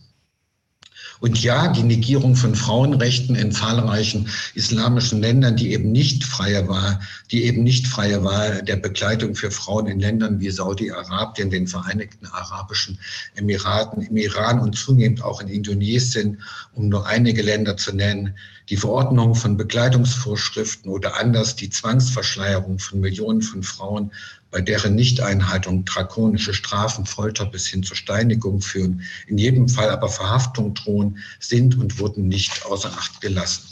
Und ja, die Negierung von Frauenrechten in zahlreichen islamischen Ländern, die eben nicht freie Wahl, die eben nicht freie Wahl der Bekleidung für Frauen in Ländern wie Saudi-Arabien, den Vereinigten Arabischen Emiraten, im Iran und zunehmend auch in Indonesien, um nur einige Länder zu nennen, die Verordnung von Bekleidungsvorschriften oder anders die Zwangsverschleierung von Millionen von Frauen, bei deren Nichteinhaltung drakonische Strafen, Folter bis hin zur Steinigung führen, in jedem Fall aber Verhaftung drohen, sind und wurden nicht außer Acht gelassen.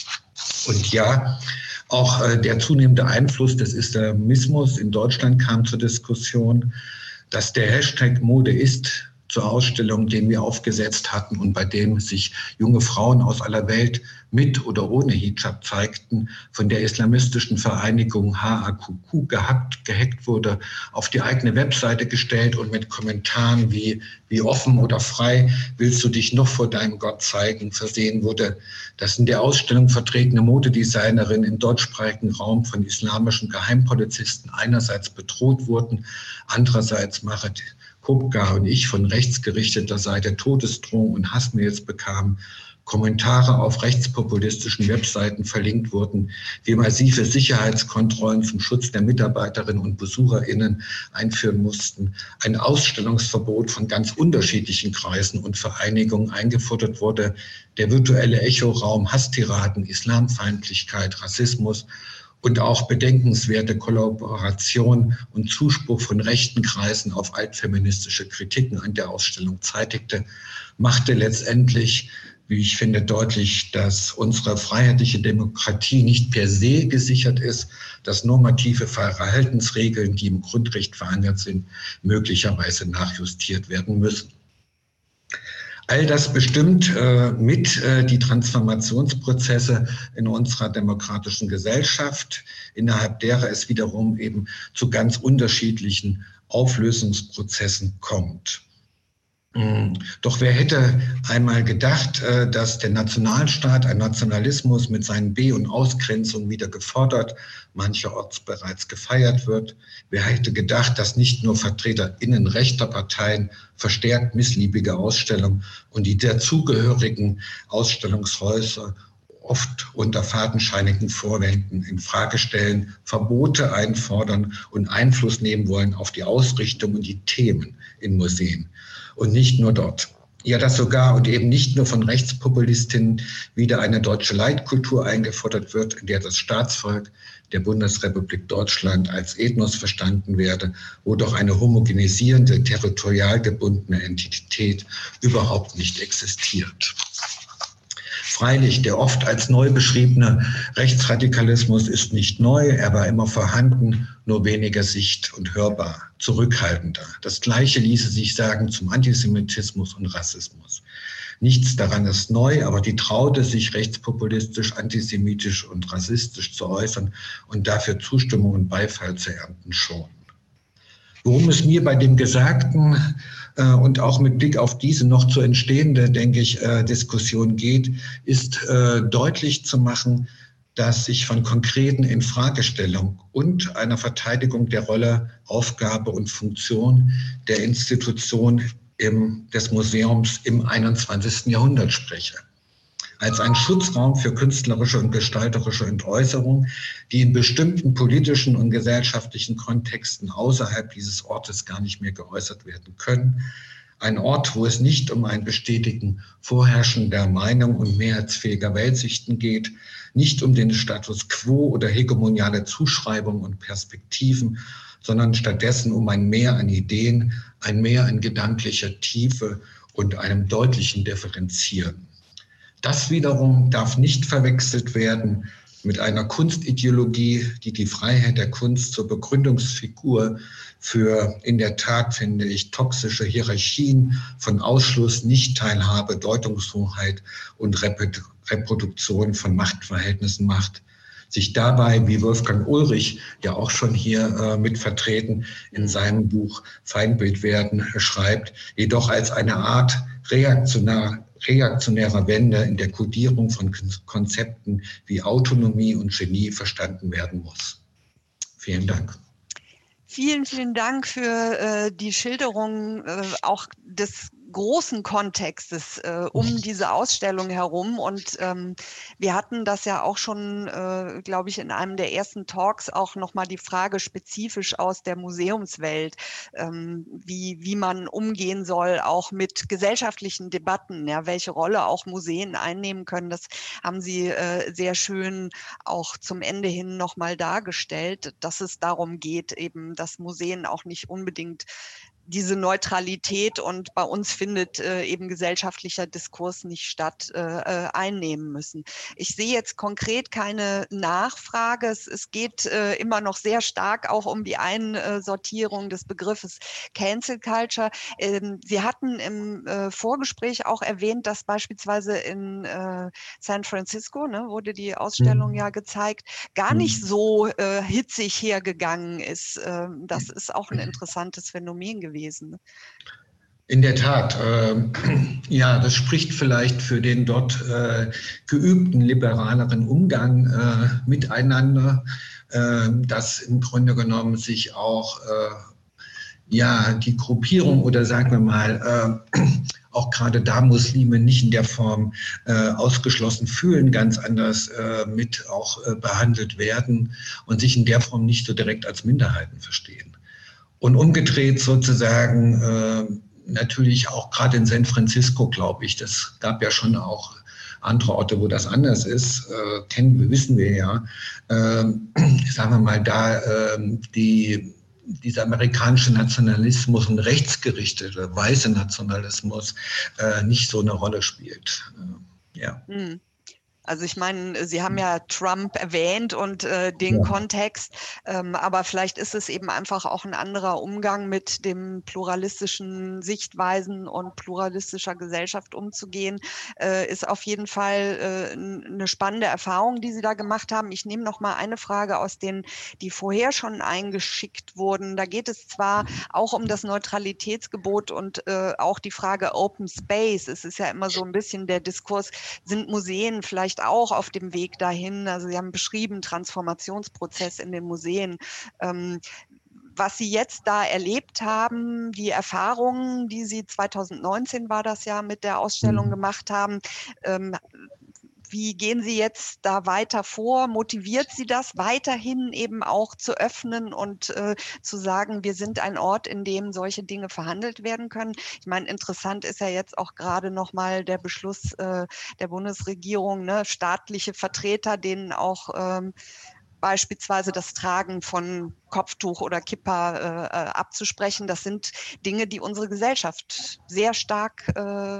Und ja, auch äh, der zunehmende Einfluss des Islamismus in Deutschland kam zur Diskussion, dass der Hashtag Mode ist zur Ausstellung, den wir aufgesetzt hatten und bei dem sich junge Frauen aus aller Welt mit oder ohne Hijab zeigten, von der islamistischen Vereinigung H A Q Q gehackt, gehackt wurde, auf die eigene Webseite gestellt und mit Kommentaren wie, wie offen oder frei willst du dich noch vor deinem Gott zeigen, versehen wurde, dass in der Ausstellung vertretene Modedesignerin im deutschsprachigen Raum von islamischen Geheimpolizisten einerseits bedroht wurden, andererseits Marit Kupka und ich von rechtsgerichteter Seite Todesdrohung und Hassmails bekamen, Kommentare auf rechtspopulistischen Webseiten verlinkt wurden, wir massive Sicherheitskontrollen zum Schutz der Mitarbeiterinnen und BesucherInnen einführen mussten, ein Ausstellungsverbot von ganz unterschiedlichen Kreisen und Vereinigungen eingefordert wurde, der virtuelle Echoraum Hasstiraden, Islamfeindlichkeit, Rassismus und auch bedenkenswerte Kollaboration und Zuspruch von rechten Kreisen auf altfeministische Kritiken an der Ausstellung zeitigte, machte letztendlich, wie ich finde, deutlich, dass unsere freiheitliche Demokratie nicht per se gesichert ist, dass normative Verhaltensregeln, die im Grundrecht verankert sind, möglicherweise nachjustiert werden müssen. All das bestimmt äh, mit äh, die Transformationsprozesse in unserer demokratischen Gesellschaft, innerhalb derer es wiederum eben zu ganz unterschiedlichen Auflösungsprozessen kommt. Doch wer hätte einmal gedacht, dass der Nationalstaat, ein Nationalismus mit seinen B- und Ausgrenzungen wieder gefordert, mancherorts bereits gefeiert wird? Wer hätte gedacht, dass nicht nur VertreterInnen rechter Parteien verstärkt missliebige Ausstellungen und die dazugehörigen Ausstellungshäuser oft unter fadenscheinigen Vorwänden in Frage stellen, Verbote einfordern und Einfluss nehmen wollen auf die Ausrichtung und die Themen in Museen? Und nicht nur dort. Ja, dass sogar und eben nicht nur von Rechtspopulistinnen wieder eine deutsche Leitkultur eingefordert wird, in der das Staatsvolk der Bundesrepublik Deutschland als Ethnos verstanden werde, wo doch eine homogenisierende, territorial gebundene Entität überhaupt nicht existiert. Freilich, der oft als neu beschriebene Rechtsradikalismus ist nicht neu, er war immer vorhanden, nur weniger sicht- und hörbar, zurückhaltender. Das Gleiche ließe sich sagen zum Antisemitismus und Rassismus. Nichts daran ist neu, aber die traute sich rechtspopulistisch, antisemitisch und rassistisch zu äußern und dafür Zustimmung und Beifall zu ernten schon. Worum es mir bei dem Gesagten äh, und auch mit Blick auf diese noch zu entstehende, denke ich, äh, Diskussion geht, ist äh, deutlich zu machen, dass sich von konkreten Infragestellungen und einer Verteidigung der Rolle, Aufgabe und Funktion der Institution im, des Museums im einundzwanzigsten Jahrhundert spreche. Als ein Schutzraum für künstlerische und gestalterische Entäußerung, die in bestimmten politischen und gesellschaftlichen Kontexten außerhalb dieses Ortes gar nicht mehr geäußert werden können. Ein Ort, wo es nicht um ein Bestätigen vorherrschender Meinung und mehrheitsfähiger Weltsichten geht, nicht um den Status quo oder hegemoniale Zuschreibungen und Perspektiven, sondern stattdessen um ein Mehr an Ideen, ein Mehr an gedanklicher Tiefe und einem deutlichen Differenzieren. Das wiederum darf nicht verwechselt werden mit einer Kunstideologie, die die Freiheit der Kunst zur Begründungsfigur für, in der Tat finde ich, toxische Hierarchien von Ausschluss, Nichtteilhabe, Deutungshoheit und Reproduktion von Machtverhältnissen macht. Sich dabei, wie Wolfgang Ulrich ja auch schon hier äh, mit vertreten in seinem Buch Feindbild werden schreibt, jedoch als eine Art reaktionär, reaktionärer Wende in der Kodierung von Konzepten wie Autonomie und Genie verstanden werden muss. Vielen Dank. Vielen, vielen Dank für äh, die Schilderung äh, auch des großen Kontextes äh, um diese Ausstellung herum. Und ähm, wir hatten das ja auch schon, äh, glaube ich, in einem der ersten Talks auch nochmal die Frage spezifisch aus der Museumswelt, ähm, wie, wie man umgehen soll, auch mit gesellschaftlichen Debatten, ja, welche Rolle auch Museen einnehmen können. Das haben Sie äh, sehr schön auch zum Ende hin nochmal dargestellt, dass es darum geht, eben, dass Museen auch nicht unbedingt diese Neutralität und bei uns findet äh, eben gesellschaftlicher Diskurs nicht statt, äh, einnehmen müssen. Ich sehe jetzt konkret keine Nachfrage. Es, es geht äh, immer noch sehr stark auch um die Einsortierung des Begriffes Cancel Culture. Ähm, Sie hatten im äh, Vorgespräch auch erwähnt, dass beispielsweise in äh, San Francisco, ne, wurde die Ausstellung mhm. ja gezeigt, gar mhm. nicht so äh, hitzig hergegangen ist. Äh, das ist auch ein interessantes Phänomen gewesen. In der Tat, äh, ja, das spricht vielleicht für den dort äh, geübten liberaleren Umgang äh, miteinander, äh, dass im Grunde genommen sich auch äh, ja die Gruppierung oder sagen wir mal äh, auch gerade da Muslime nicht in der Form äh, ausgeschlossen fühlen, ganz anders äh, mit auch äh, behandelt werden und sich in der Form nicht so direkt als Minderheiten verstehen. Und umgedreht sozusagen äh, natürlich auch gerade in San Francisco, glaube ich, das gab ja schon auch andere Orte, wo das anders ist, äh, kennen wir, wissen wir ja, äh, sagen wir mal, da äh, die, dieser amerikanische Nationalismus und rechtsgerichtete weiße Nationalismus äh, nicht so eine Rolle spielt. Äh, ja. Mhm. Also ich meine, Sie haben ja Trump erwähnt und äh, den ja. Kontext, ähm, aber vielleicht ist es eben einfach auch ein anderer Umgang mit dem pluralistischen Sichtweisen und pluralistischer Gesellschaft umzugehen, äh, ist auf jeden Fall äh, eine spannende Erfahrung, die Sie da gemacht haben. Ich nehme noch mal eine Frage aus denen, die vorher schon eingeschickt wurden. Da geht es zwar auch um das Neutralitätsgebot und äh, auch die Frage Open Space. Es ist ja immer so ein bisschen der Diskurs, sind Museen vielleicht auch auf dem Weg dahin. Also Sie haben beschrieben, Transformationsprozess in den Museen. Ähm, was Sie jetzt da erlebt haben, die Erfahrungen, die Sie zweitausendneunzehn war das ja mit der Ausstellung gemacht haben, ähm, wie gehen Sie jetzt da weiter vor? Motiviert Sie das weiterhin eben auch zu öffnen und äh, zu sagen, wir sind ein Ort, in dem solche Dinge verhandelt werden können? Ich meine, interessant ist ja jetzt auch gerade nochmal der Beschluss äh, der Bundesregierung, ne, staatliche Vertreter, denen auch ähm, beispielsweise das Tragen von Kopftuch oder Kippa äh, abzusprechen. Das sind Dinge, die unsere Gesellschaft sehr stark äh,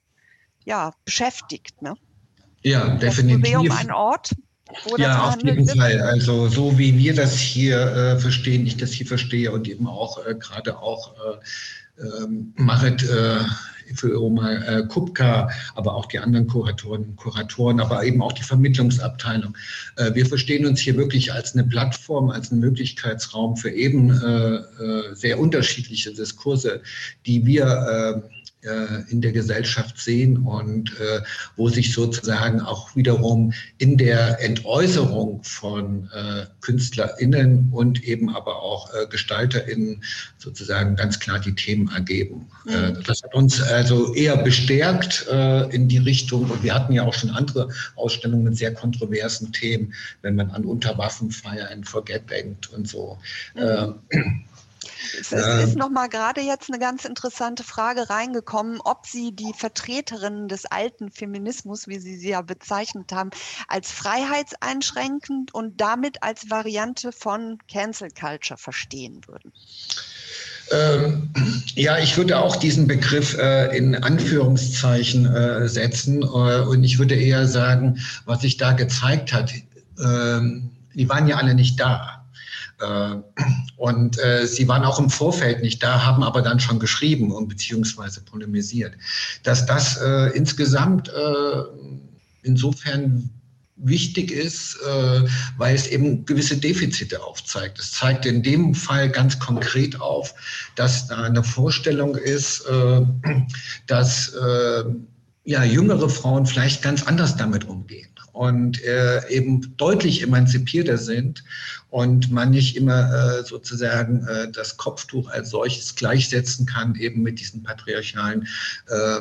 ja, beschäftigt, ne? Ja, definitiv. Das Museum ein Ort, wo ja, das auf jeden wird? Fall. Also so wie wir das hier äh, verstehen, ich das hier verstehe und eben auch äh, gerade auch äh, äh, Marit äh, für Oma äh, Kupka, aber auch die anderen Kuratoren, Kuratoren, aber eben auch die Vermittlungsabteilung. Äh, wir verstehen uns hier wirklich als eine Plattform, als einen Möglichkeitsraum für eben äh, äh, sehr unterschiedliche Diskurse, die wir äh, in der Gesellschaft sehen und äh, wo sich sozusagen auch wiederum in der Entäußerung von äh, KünstlerInnen und eben aber auch äh, GestalterInnen sozusagen ganz klar die Themen ergeben. Mhm. Äh, das hat uns also eher bestärkt äh, in die Richtung, und wir hatten ja auch schon andere Ausstellungen mit sehr kontroversen Themen, wenn man an Unterwaffenfeier in Forget denkt und so. Mhm. Äh, Es ist, ist noch mal gerade jetzt eine ganz interessante Frage reingekommen, ob Sie die Vertreterinnen des alten Feminismus, wie Sie sie ja bezeichnet haben, als freiheitseinschränkend und damit als Variante von Cancel Culture verstehen würden. Ähm, ja, ich würde auch diesen Begriff äh, in Anführungszeichen äh, setzen äh, und ich würde eher sagen, was sich da gezeigt hat, äh, die waren ja alle nicht da. Und äh, sie waren auch im Vorfeld nicht da, haben aber dann schon geschrieben und beziehungsweise polemisiert. Dass das äh, insgesamt äh, insofern wichtig ist, äh, weil es eben gewisse Defizite aufzeigt. Es zeigt in dem Fall ganz konkret auf, dass da eine Vorstellung ist, äh, dass äh, ja, jüngere Frauen vielleicht ganz anders damit umgehen und äh, eben deutlich emanzipierter sind und man nicht immer äh, sozusagen äh, das Kopftuch als solches gleichsetzen kann, eben mit diesen patriarchalen äh,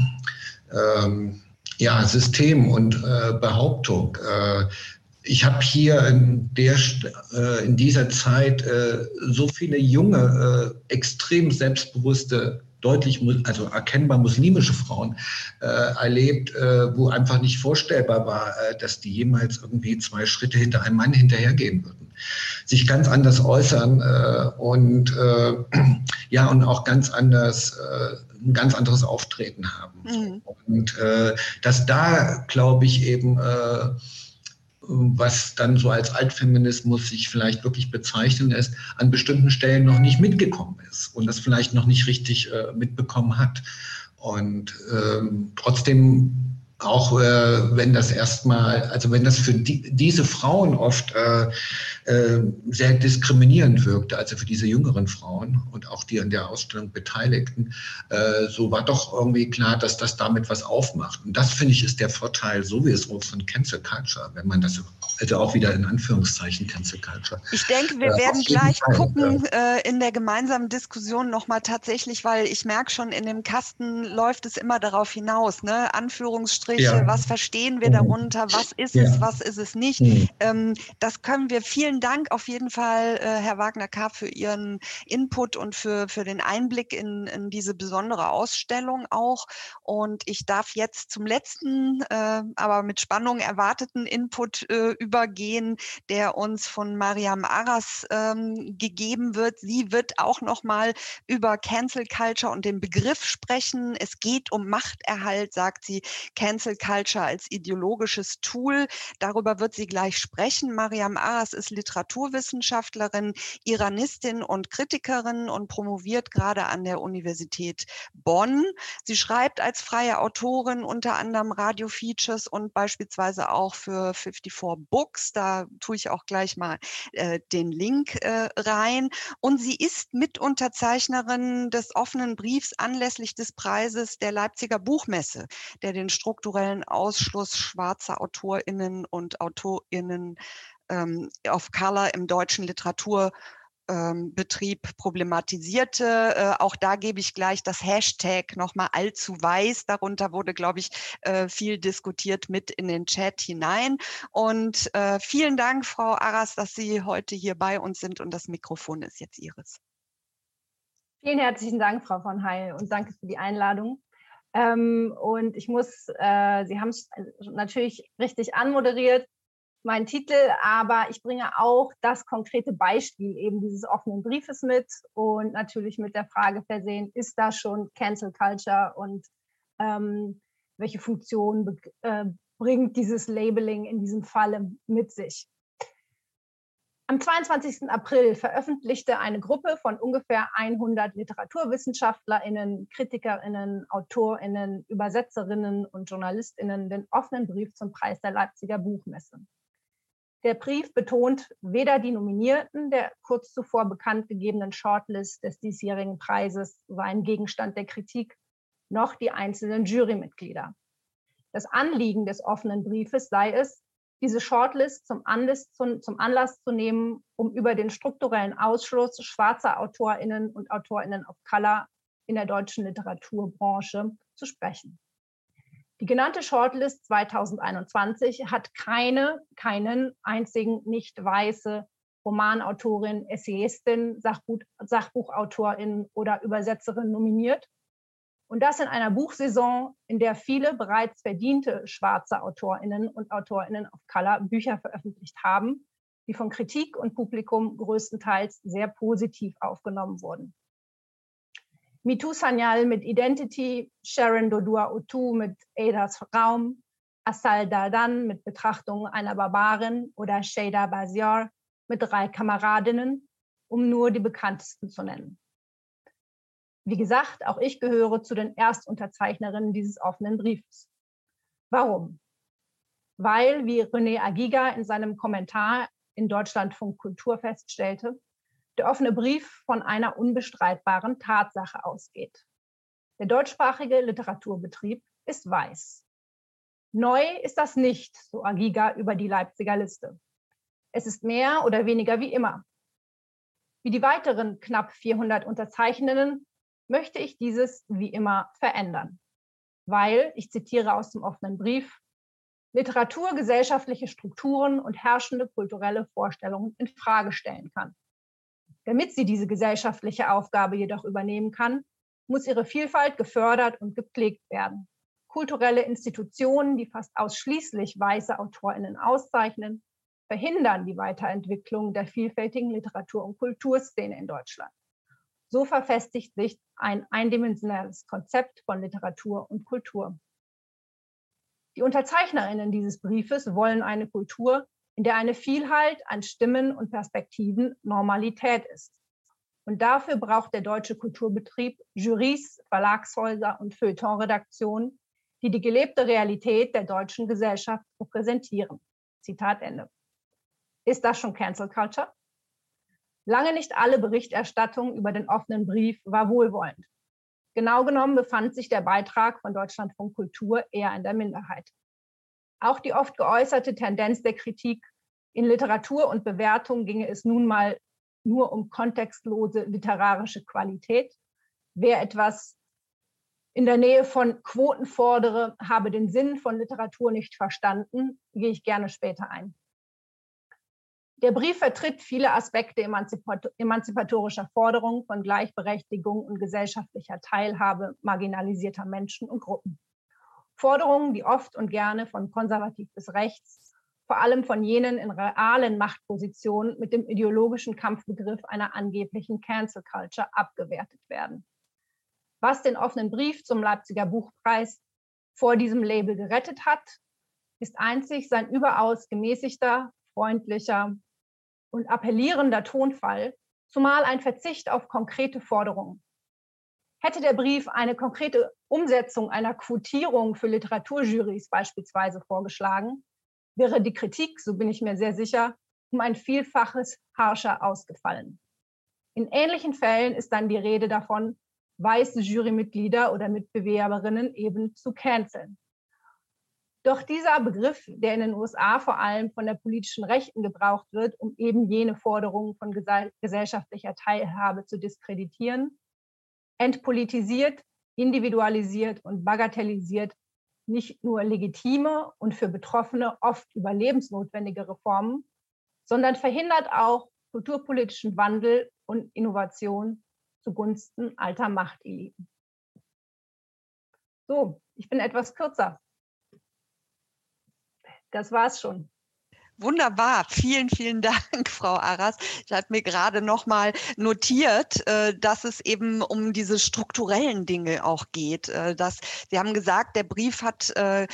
ähm, ja, System und äh, Behauptung. Äh, ich habe hier in, der, äh, in dieser Zeit äh, so viele junge, äh, extrem selbstbewusste, deutlich, also erkennbar muslimische Frauen äh, erlebt, äh, wo einfach nicht vorstellbar war, äh, dass die jemals irgendwie zwei Schritte hinter einem Mann hinterhergehen würden. Sich ganz anders äußern äh, und äh, ja, und auch ganz anders, äh, ein ganz anderes Auftreten haben. Mhm. Und äh, dass da, glaube ich, eben äh, was dann so als Altfeminismus sich vielleicht wirklich bezeichnen lässt, an bestimmten Stellen noch nicht mitgekommen ist und das vielleicht noch nicht richtig äh, mitbekommen hat. Und ähm, trotzdem auch äh, wenn das erstmal, also wenn das für die, diese Frauen oft äh, äh, sehr diskriminierend wirkte, also für diese jüngeren Frauen und auch die an der Ausstellung Beteiligten, äh, so war doch irgendwie klar, dass das damit was aufmacht. Und das, finde ich, ist der Vorteil sowieso von Cancel Culture, wenn man das, also auch wieder in Anführungszeichen Cancel Culture. Ich denke, wir äh, werden gleich Fall, gucken äh, in der gemeinsamen Diskussion nochmal tatsächlich, weil ich merke schon, in dem Kasten läuft es immer darauf hinaus, ne? Anführungsstriche, ja. Was verstehen wir darunter, was ist ja. es, was ist es nicht. Mhm. Ähm, das können wir, vielen Dank auf jeden Fall, äh, Herr Wagner-Karp, für Ihren Input und für, für den Einblick in, in diese besondere Ausstellung auch. Und ich darf jetzt zum letzten, äh, aber mit Spannung erwarteten Input äh, übergehen, der uns von Mariam Aras ähm, gegeben wird. Sie wird auch nochmal über Cancel Culture und den Begriff sprechen. Es geht um Machterhalt, sagt sie. Cancel Culture als ideologisches Tool. Darüber wird sie gleich sprechen. Mariam Aras ist Literaturwissenschaftlerin, Iranistin und Kritikerin und promoviert gerade an der Universität Bonn. Sie schreibt als freie Autorin unter anderem Radio-Features und beispielsweise auch für fünfundfünfzig Books. Da tue ich auch gleich mal äh, den Link äh, rein. Und sie ist Mitunterzeichnerin des offenen Briefs anlässlich des Preises der Leipziger Buchmesse, der den strukturellen Ausschluss schwarzer AutorInnen und AutorInnen ähm, of Color im deutschen Literatur Ähm, Betrieb problematisierte. Äh, auch da gebe ich gleich das Hashtag nochmal allzu weiß. Darunter wurde, glaube ich, äh, viel diskutiert mit in den Chat hinein. Und äh, vielen Dank, Frau Aras, dass Sie heute hier bei uns sind und das Mikrofon ist jetzt Ihres. Vielen herzlichen Dank, Frau von Heil, und danke für die Einladung. Ähm, und ich muss, äh, Sie haben es natürlich richtig anmoderiert, mein Titel, aber ich bringe auch das konkrete Beispiel eben dieses offenen Briefes mit und natürlich mit der Frage versehen, ist das schon Cancel Culture und ähm, welche Funktion äh, bringt dieses Labeling in diesem Falle mit sich? Am zweiundzwanzigsten April veröffentlichte eine Gruppe von ungefähr hundert LiteraturwissenschaftlerInnen, KritikerInnen, AutorInnen, Übersetzerinnen und JournalistInnen den offenen Brief zum Preis der Leipziger Buchmesse. Der Brief betont weder die Nominierten der kurz zuvor bekannt gegebenen Shortlist des diesjährigen Preises seien Gegenstand der Kritik, noch die einzelnen Jurymitglieder. Das Anliegen des offenen Briefes sei es, diese Shortlist zum Anlass, zu, zum Anlass zu nehmen, um über den strukturellen Ausschluss schwarzer AutorInnen und AutorInnen of Color in der deutschen Literaturbranche zu sprechen. Die genannte Shortlist zweitausendeinundzwanzig hat keine, keinen einzigen nicht weiße Romanautorin, Essayistin, Sachbuch, Sachbuchautorin oder Übersetzerin nominiert. Und das in einer Buchsaison, in der viele bereits verdiente schwarze AutorInnen und AutorInnen of Color Bücher veröffentlicht haben, die von Kritik und Publikum größtenteils sehr positiv aufgenommen wurden. Mitou Sanyal mit Identity, Sharon Dodua-Otoo mit Adas Raum, Asal Dardan mit Betrachtungen einer Barbarin oder Shada Baziar mit drei Kameradinnen, um nur die bekanntesten zu nennen. Wie gesagt, auch ich gehöre zu den Erstunterzeichnerinnen dieses offenen Briefes. Warum? Weil, wie René Agiga in seinem Kommentar in Deutschlandfunk Kultur feststellte, der offene Brief von einer unbestreitbaren Tatsache ausgeht. Der deutschsprachige Literaturbetrieb ist weiß. Neu ist das nicht, so Agiga über die Leipziger Liste. Es ist mehr oder weniger wie immer. Wie die weiteren knapp vierhundert Unterzeichnenden möchte ich dieses wie immer verändern, weil, ich zitiere aus dem offenen Brief, Literatur gesellschaftliche Strukturen und herrschende kulturelle Vorstellungen in Frage stellen kann. Damit sie diese gesellschaftliche Aufgabe jedoch übernehmen kann, muss ihre Vielfalt gefördert und gepflegt werden. Kulturelle Institutionen, die fast ausschließlich weiße AutorInnen auszeichnen, verhindern die Weiterentwicklung der vielfältigen Literatur- und Kulturszene in Deutschland. So verfestigt sich ein eindimensionales Konzept von Literatur und Kultur. Die UnterzeichnerInnen dieses Briefes wollen eine Kultur, in der eine Vielheit an Stimmen und Perspektiven Normalität ist. Und dafür braucht der deutsche Kulturbetrieb Jurys, Verlagshäuser und Feuilletonredaktionen, die die gelebte Realität der deutschen Gesellschaft repräsentieren. Zitat Ende. Ist das schon Cancel Culture? Lange nicht alle Berichterstattung über den offenen Brief war wohlwollend. Genau genommen befand sich der Beitrag von Deutschlandfunk Kultur eher in der Minderheit. Auch die oft geäußerte Tendenz der Kritik, in Literatur und Bewertung ginge es nun mal nur um kontextlose literarische Qualität. Wer etwas in der Nähe von Quoten fordere, habe den Sinn von Literatur nicht verstanden, gehe ich gerne später ein. Der Brief vertritt viele Aspekte emanzipatorischer Forderungen von Gleichberechtigung und gesellschaftlicher Teilhabe marginalisierter Menschen und Gruppen. Forderungen, die oft und gerne von konservativ bis rechts, vor allem von jenen in realen Machtpositionen mit dem ideologischen Kampfbegriff einer angeblichen Cancel Culture abgewertet werden. Was den offenen Brief zum Leipziger Buchpreis vor diesem Label gerettet hat, ist einzig sein überaus gemäßigter, freundlicher und appellierender Tonfall, zumal ein Verzicht auf konkrete Forderungen. Hätte der Brief eine konkrete Umsetzung einer Quotierung für Literaturjurys beispielsweise vorgeschlagen, wäre die Kritik, so bin ich mir sehr sicher, um ein Vielfaches harscher ausgefallen. In ähnlichen Fällen ist dann die Rede davon, weiße Jurymitglieder oder Mitbewerberinnen eben zu canceln. Doch dieser Begriff, der in den U S A vor allem von der politischen Rechten gebraucht wird, um eben jene Forderungen von gesellschaftlicher Teilhabe zu diskreditieren, entpolitisiert, individualisiert und bagatellisiert nicht nur legitime und für Betroffene oft überlebensnotwendige Reformen, sondern verhindert auch kulturpolitischen Wandel und Innovation zugunsten alter Machteliten. So, ich bin etwas kürzer. Das war's schon. Wunderbar, vielen, vielen Dank, Frau Arras. Ich habe mir gerade noch mal notiert, dass es eben um diese strukturellen Dinge auch geht. Dass, Sie haben gesagt, der Brief hat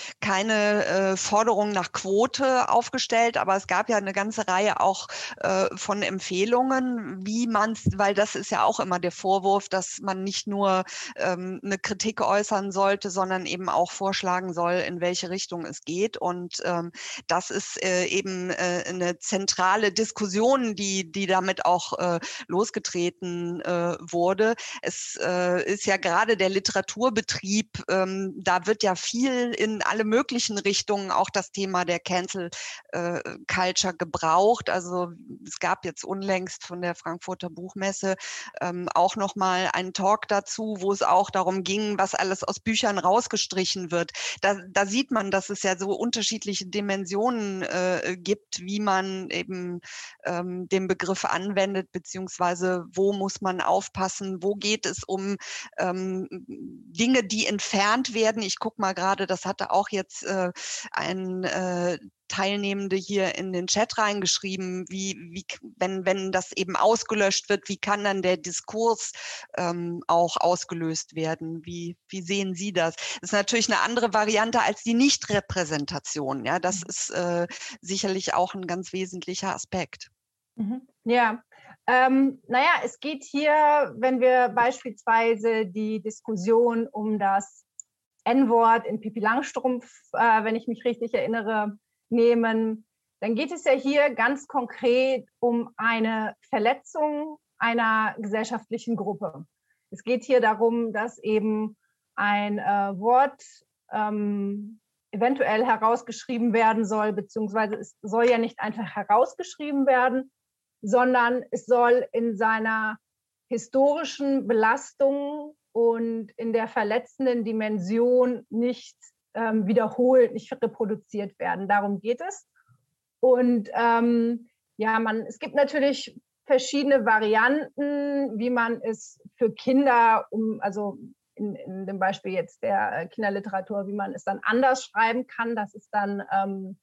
keine Forderung nach Quote aufgestellt, aber es gab ja eine ganze Reihe auch von Empfehlungen, wie man es, weil das ist ja auch immer der Vorwurf, dass man nicht nur eine Kritik äußern sollte, sondern eben auch vorschlagen soll, in welche Richtung es geht. Und das ist eben eine zentrale Diskussion, die, die damit auch äh, losgetreten äh, wurde. Es äh, ist ja gerade der Literaturbetrieb, ähm, da wird ja viel in alle möglichen Richtungen auch das Thema der Cancel äh, Culture gebraucht. Also es gab jetzt unlängst von der Frankfurter Buchmesse ähm, auch nochmal einen Talk dazu, wo es auch darum ging, was alles aus Büchern rausgestrichen wird. Da, da sieht man, dass es ja so unterschiedliche Dimensionen äh, gibt, wie man eben ähm, den Begriff anwendet, beziehungsweise wo muss man aufpassen, wo geht es um ähm, Dinge, die entfernt werden. Ich gucke mal gerade, das hatte auch jetzt äh, ein äh, Teilnehmende hier in den Chat reingeschrieben, wie, wie wenn, wenn das eben ausgelöscht wird, wie kann dann der Diskurs ähm, auch ausgelöst werden? Wie, wie sehen Sie das? Das ist natürlich eine andere Variante als die Nichtrepräsentation. Ja, das ist äh, sicherlich auch ein ganz wesentlicher Aspekt. Mhm. Ja, ähm, naja, es geht hier, wenn wir beispielsweise die Diskussion um das En-Wort in Pippi Langstrumpf, äh, wenn ich mich richtig erinnere, nehmen, dann geht es ja hier ganz konkret um eine Verletzung einer gesellschaftlichen Gruppe. Es geht hier darum, dass eben ein äh, Wort ähm, eventuell herausgeschrieben werden soll, beziehungsweise es soll ja nicht einfach herausgeschrieben werden, sondern es soll in seiner historischen Belastung und in der verletzenden Dimension nicht ähm, wiederholt, nicht reproduziert werden. Darum geht es. Und ähm, ja, man, es gibt natürlich verschiedene Varianten, wie man es für Kinder, um, also in, in dem Beispiel jetzt der Kinderliteratur, wie man es dann anders schreiben kann. Das ist dann ähm,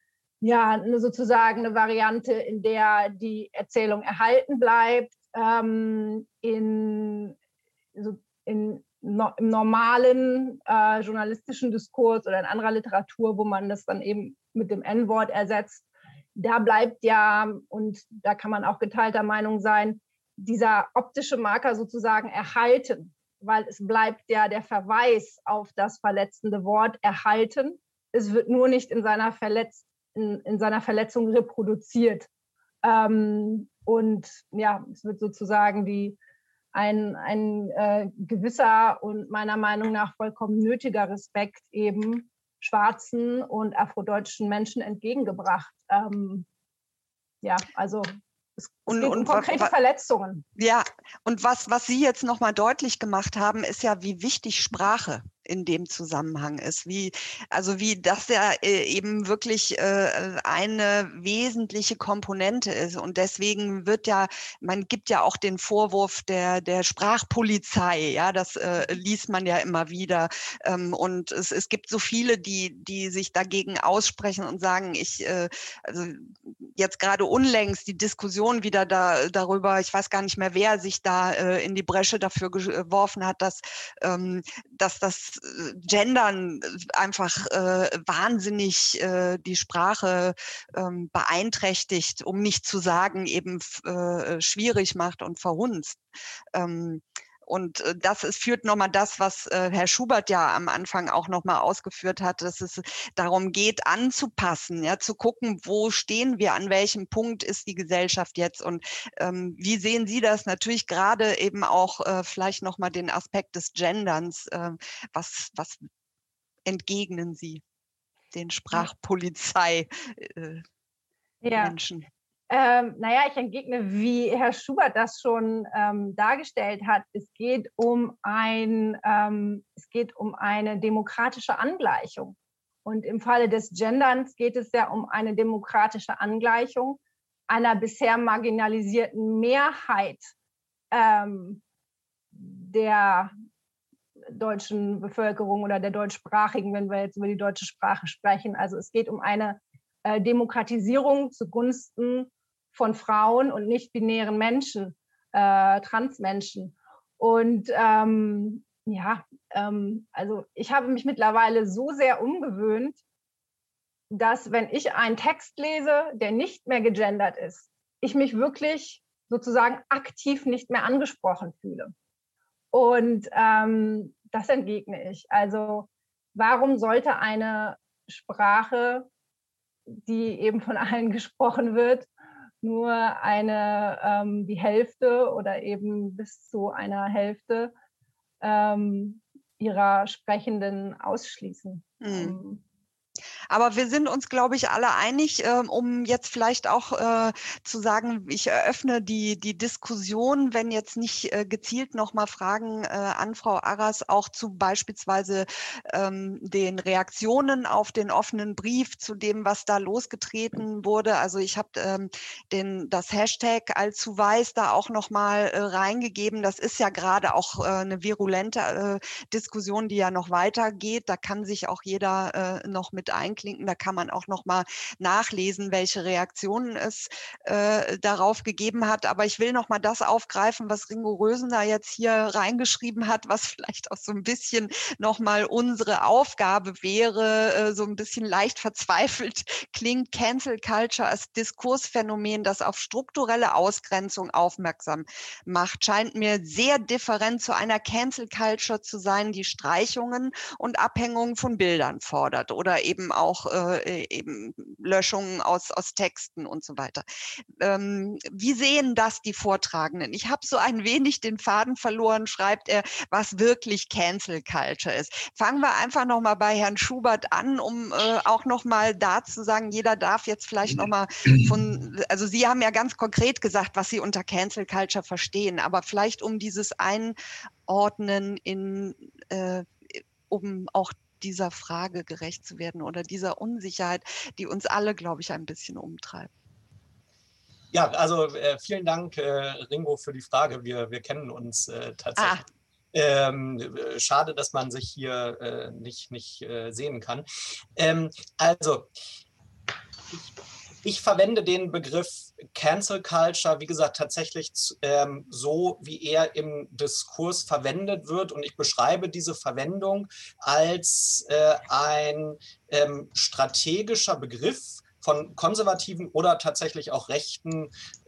ja eine, sozusagen eine Variante, in der die Erzählung erhalten bleibt. Ähm, in, so in no, im normalen äh, journalistischen Diskurs oder in anderer Literatur, wo man das dann eben mit dem En-Wort ersetzt, da bleibt ja, und da kann man auch geteilter Meinung sein, dieser optische Marker sozusagen erhalten, weil es bleibt ja der Verweis auf das verletzende Wort erhalten. Es wird nur nicht in seiner, Verletz in, in seiner Verletzung reproduziert. Ähm, und ja, es wird sozusagen die ein, ein äh, gewisser und meiner Meinung nach vollkommen nötiger Respekt eben schwarzen und afrodeutschen Menschen entgegengebracht. Ähm, ja, also es, es und, geht und um konkrete Verletzungen. Ja, und was, was Sie jetzt nochmal deutlich gemacht haben, ist ja, wie wichtig Sprache in dem Zusammenhang ist, wie, also wie das ja äh, eben wirklich äh, eine wesentliche Komponente ist. Und deswegen wird ja, man gibt ja auch den Vorwurf der, der Sprachpolizei, ja, das äh, liest man ja immer wieder. Ähm, und es, es gibt so viele, die, die sich dagegen aussprechen und sagen, ich, äh, also jetzt gerade unlängst die Diskussion wieder da, darüber, ich weiß gar nicht mehr, wer sich da äh, in die Bresche dafür geworfen hat, dass, ähm, dass das Gendern einfach äh, wahnsinnig äh, die Sprache ähm, beeinträchtigt, um nicht zu sagen, eben äh, schwierig macht und verhunzt. Ähm, Und äh, das ist, führt nochmal das, was äh, Herr Schubert ja am Anfang auch nochmal ausgeführt hat, dass es darum geht, anzupassen, ja, zu gucken, wo stehen wir, an welchem Punkt ist die Gesellschaft jetzt und ähm, wie sehen Sie das? Natürlich gerade eben auch äh, vielleicht nochmal den Aspekt des Genderns. Äh, was, was entgegnen Sie den Sprachpolizei äh, ja. Menschen? Ähm, naja, ich entgegne, wie Herr Schubert das schon ähm, dargestellt hat. Es geht um ein, ähm, es geht um eine demokratische Angleichung. Und im Falle des Genderns geht es ja um eine demokratische Angleichung einer bisher marginalisierten Mehrheit ähm, der deutschen Bevölkerung oder der deutschsprachigen, wenn wir jetzt über die deutsche Sprache sprechen. Also es geht um eine äh, Demokratisierung zugunsten von Frauen und nicht-binären Menschen, äh, Transmenschen. Und ähm, ja, ähm, also ich habe mich mittlerweile so sehr umgewöhnt, dass wenn ich einen Text lese, der nicht mehr gegendert ist, ich mich wirklich sozusagen aktiv nicht mehr angesprochen fühle. Und ähm, das entgegne ich. Also warum sollte eine Sprache, die eben von allen gesprochen wird, nur eine, ähm, die Hälfte oder eben bis zu einer Hälfte ähm, ihrer Sprechenden ausschließen? Mhm. Ähm, Aber wir sind uns, glaube ich, alle einig, ähm, um jetzt vielleicht auch äh, zu sagen, ich eröffne die, die Diskussion, wenn jetzt nicht äh, gezielt nochmal Fragen äh, an Frau Arras auch zu beispielsweise ähm, den Reaktionen auf den offenen Brief, zu dem, was da losgetreten wurde. Also ich habe ähm, den das Hashtag allzu weiß da auch nochmal äh, reingegeben. Das ist ja gerade auch äh, eine virulente äh, Diskussion, die ja noch weitergeht. Da kann sich auch jeder äh, noch mit einklinken. Da kann man auch noch mal nachlesen, welche Reaktionen es äh, darauf gegeben hat. Aber ich will noch mal das aufgreifen, was Ringo Rösener jetzt hier reingeschrieben hat, was vielleicht auch so ein bisschen noch mal unsere Aufgabe wäre, äh, so ein bisschen leicht verzweifelt klingt. Cancel Culture als Diskursphänomen, das auf strukturelle Ausgrenzung aufmerksam macht, scheint mir sehr different zu einer Cancel Culture zu sein, die Streichungen und Abhängungen von Bildern fordert oder eben auch äh, eben Löschungen aus, aus Texten und so weiter. Ähm, wie sehen das die Vortragenden? Ich habe so ein wenig den Faden verloren, schreibt er, was wirklich Cancel Culture ist. Fangen wir einfach nochmal bei Herrn Schubert an, um äh, auch nochmal da zu sagen, jeder darf jetzt vielleicht nochmal von, also Sie haben ja ganz konkret gesagt, was Sie unter Cancel Culture verstehen, aber vielleicht um dieses Einordnen in, äh, um auch dieser Frage gerecht zu werden oder dieser Unsicherheit, die uns alle, glaube ich, ein bisschen umtreibt. Ja, also äh, vielen Dank, äh, Ringo, für die Frage. Wir, wir kennen uns äh, tatsächlich. Ah. Ähm, schade, dass man sich hier äh, nicht, nicht äh, sehen kann. Ähm, also, ich, ich verwende den Begriff Cancel Culture, wie gesagt, tatsächlich ähm, so, wie er im Diskurs verwendet wird. Und ich beschreibe diese Verwendung als äh, ein ähm, strategischer Begriff von konservativen oder tatsächlich auch rechten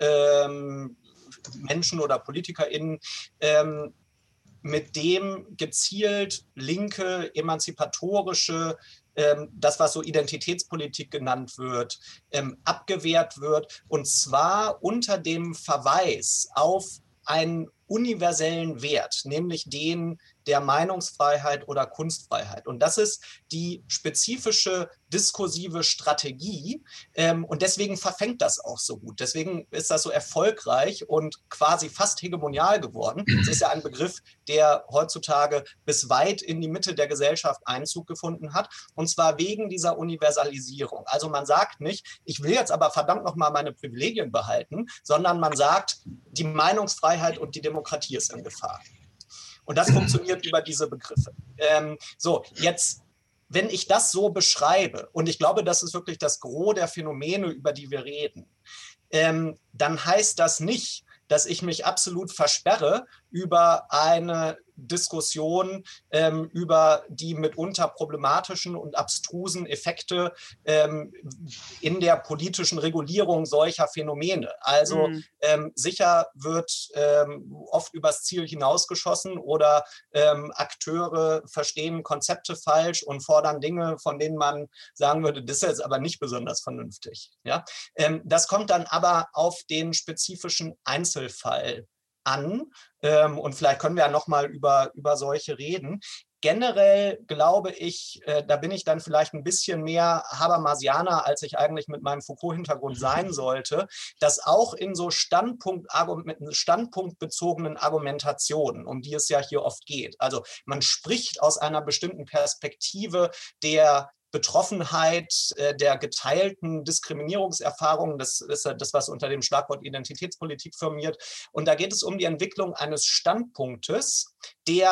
ähm, Menschen oder PolitikerInnen, ähm, mit dem gezielt linke, emanzipatorische, ähm, das, was so Identitätspolitik genannt wird, ähm, abgewehrt wird. Und zwar unter dem Verweis auf einen universellen Wert, nämlich den der Meinungsfreiheit oder Kunstfreiheit. Und das ist die spezifische diskursive Strategie. Ähm, und deswegen verfängt das auch so gut. Deswegen ist das so erfolgreich und quasi fast hegemonial geworden. Es ist ja ein Begriff, der heutzutage bis weit in die Mitte der Gesellschaft Einzug gefunden hat. Und zwar wegen dieser Universalisierung. Also man sagt nicht, ich will jetzt aber verdammt nochmal meine Privilegien behalten, sondern man sagt, die Meinungsfreiheit und die Demokratie ist in Gefahr. Und das funktioniert über diese Begriffe. Ähm, so, jetzt, wenn ich das so beschreibe, und ich glaube, das ist wirklich das Gros der Phänomene, über die wir reden, ähm, dann heißt das nicht, dass ich mich absolut versperre über eine Diskussion ähm, über die mitunter problematischen und abstrusen Effekte ähm, in der politischen Regulierung solcher Phänomene. Also mhm. ähm, sicher wird ähm, oft übers Ziel hinausgeschossen oder ähm, Akteure verstehen Konzepte falsch und fordern Dinge, von denen man sagen würde, das ist jetzt aber nicht besonders vernünftig. Ja? Ähm, das kommt dann aber auf den spezifischen Einzelfall an. Ähm, und vielleicht können wir ja nochmal über, über solche reden. Generell glaube ich, äh, da bin ich dann vielleicht ein bisschen mehr Habermasianer, als ich eigentlich mit meinem Foucault-Hintergrund sein sollte, dass auch in so Standpunkt, standpunktbezogenen Argumentationen, um die es ja hier oft geht, also man spricht aus einer bestimmten Perspektive der Betroffenheit, äh, der geteilten Diskriminierungserfahrungen, das ist das, was unter dem Schlagwort Identitätspolitik firmiert. Und da geht es um die Entwicklung eines Standpunktes, der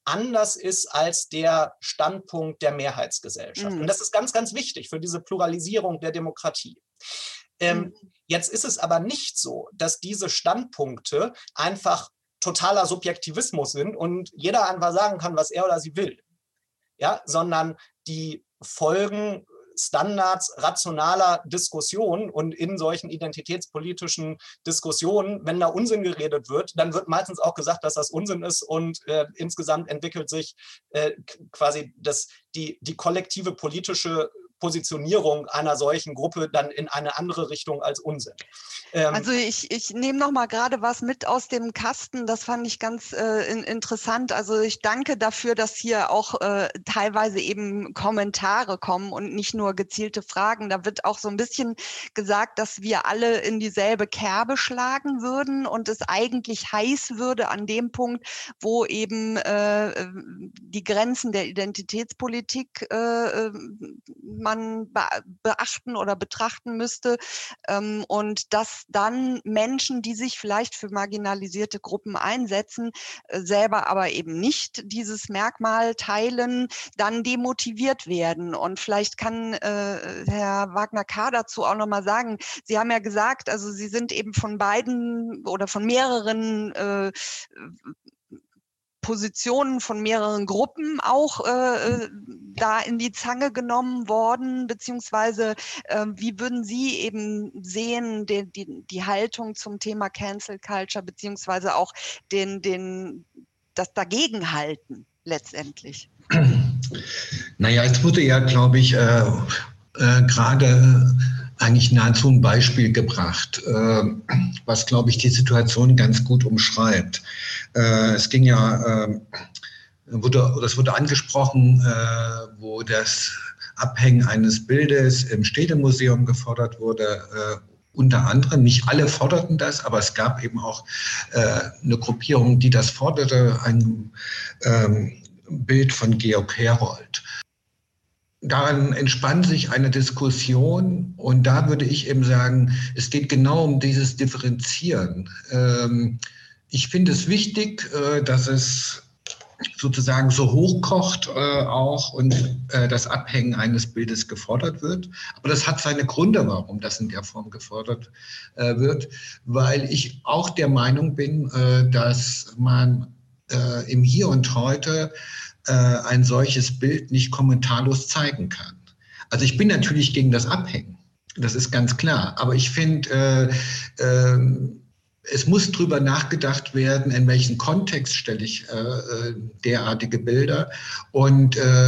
anders ist als der Standpunkt der Mehrheitsgesellschaft. Mhm. Und das ist ganz, ganz wichtig für diese Pluralisierung der Demokratie. Ähm, mhm. Jetzt ist es aber nicht so, dass diese Standpunkte einfach totaler Subjektivismus sind und jeder einfach sagen kann, was er oder sie will. Ja, sondern die folgen Standards rationaler Diskussion, und in solchen identitätspolitischen Diskussionen, wenn da Unsinn geredet wird, dann wird meistens auch gesagt, dass das Unsinn ist, und äh, insgesamt entwickelt sich äh, quasi das, die, die kollektive politische Positionierung einer solchen Gruppe dann in eine andere Richtung als Unsinn. Ähm, also ich, ich nehme noch mal gerade was mit aus dem Kasten, das fand ich ganz äh, in, interessant. Also ich danke dafür, dass hier auch äh, teilweise eben Kommentare kommen und nicht nur gezielte Fragen. Da wird auch so ein bisschen gesagt, dass wir alle in dieselbe Kerbe schlagen würden und es eigentlich heiß würde an dem Punkt, wo eben äh, die Grenzen der Identitätspolitik äh, man beachten oder betrachten müsste, ähm, und dass dann Menschen, die sich vielleicht für marginalisierte Gruppen einsetzen, äh, selber aber eben nicht dieses Merkmal teilen, dann demotiviert werden. Und vielleicht kann äh, Herr Wagner-Kahr dazu auch noch mal sagen, Sie haben ja gesagt, also Sie sind eben von beiden oder von mehreren äh, Positionen von mehreren Gruppen auch äh, da in die Zange genommen worden, beziehungsweise äh, wie würden Sie eben sehen, die, die, die Haltung zum Thema Cancel Culture, beziehungsweise auch den, den, das Dagegenhalten letztendlich? Naja, es wurde ja, glaube ich, äh, äh, gerade eigentlich nahezu ein Beispiel gebracht, äh, was, glaube ich, die Situation ganz gut umschreibt. Äh, es ging ja, äh, wurde, das wurde angesprochen, äh, wo das Abhängen eines Bildes im Städtemuseum gefordert wurde, äh, unter anderem. Nicht alle forderten das, aber es gab eben auch äh, eine Gruppierung, die das forderte, ein ähm, Bild von Georg Herold. Daran entspann sich eine Diskussion, und da würde ich eben sagen, es geht genau um dieses Differenzieren. Ähm, ich finde es wichtig, äh, dass es sozusagen so hochkocht äh, auch und äh, das Abhängen eines Bildes gefordert wird. Aber das hat seine Gründe, warum das in der Form gefordert äh, wird, weil ich auch der Meinung bin, äh, dass man äh, im Hier und Heute ein solches Bild nicht kommentarlos zeigen kann. Also ich bin natürlich gegen das Abhängen, das ist ganz klar. Aber ich finde, äh, äh, es muss drüber nachgedacht werden, in welchen Kontext stelle ich äh, derartige Bilder. Und, äh,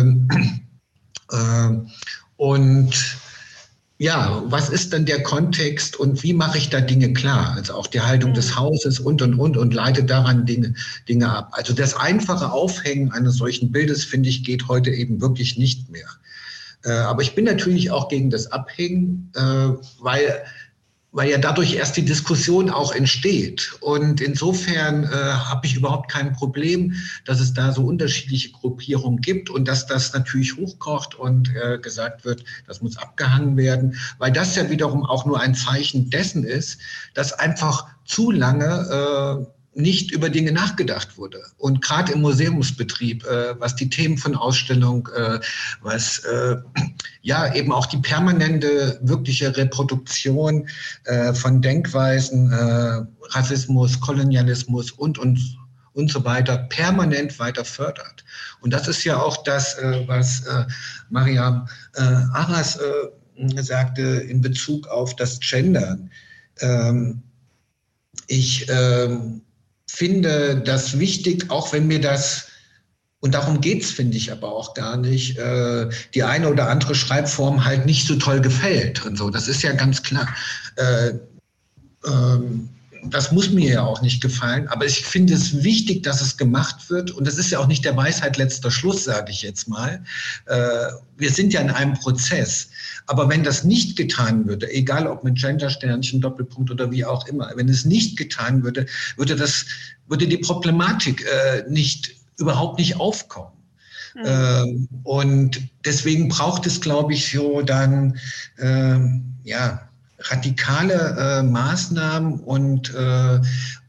äh, und ja, was ist denn der Kontext und wie mache ich da Dinge klar? Also auch die Haltung des Hauses und, und, und, und leite daran Dinge, Dinge ab. Also das einfache Aufhängen eines solchen Bildes, finde ich, geht heute eben wirklich nicht mehr. Äh, aber ich bin natürlich auch gegen das Abhängen, äh, weil, weil ja dadurch erst die Diskussion auch entsteht. Und insofern äh, habe ich überhaupt kein Problem, dass es da so unterschiedliche Gruppierungen gibt und dass das natürlich hochkocht und äh, gesagt wird, das muss abgehangen werden, weil das ja wiederum auch nur ein Zeichen dessen ist, dass einfach zu lange äh, nicht über Dinge nachgedacht wurde. Und gerade im Museumsbetrieb, äh, was die Themen von Ausstellung, äh, was äh, ja eben auch die permanente, wirkliche Reproduktion äh, von Denkweisen, äh, Rassismus, Kolonialismus und, und, und so weiter permanent weiter fördert. Und das ist ja auch das, äh, was äh, Mariam äh, Arras äh, sagte in Bezug auf das Gendern. Ähm, ich ähm, finde das wichtig, auch wenn mir das, und darum geht's, finde ich aber auch gar nicht, äh, die eine oder andere Schreibform halt nicht so toll gefällt und so. Das ist ja ganz klar. Äh, ähm, das muss mir ja auch nicht gefallen, aber ich finde es wichtig, dass es gemacht wird, und das ist ja auch nicht der Weisheit letzter Schluss, sage ich jetzt mal. Äh, wir sind ja in einem Prozess, aber wenn das nicht getan würde, egal ob mit Gendersternchen, Doppelpunkt oder wie auch immer, wenn es nicht getan würde, würde das, würde die Problematik äh, nicht, überhaupt nicht aufkommen. Mhm. Ähm, und deswegen braucht es, glaube ich, so dann, ähm, ja, radikale äh, Maßnahmen und, äh,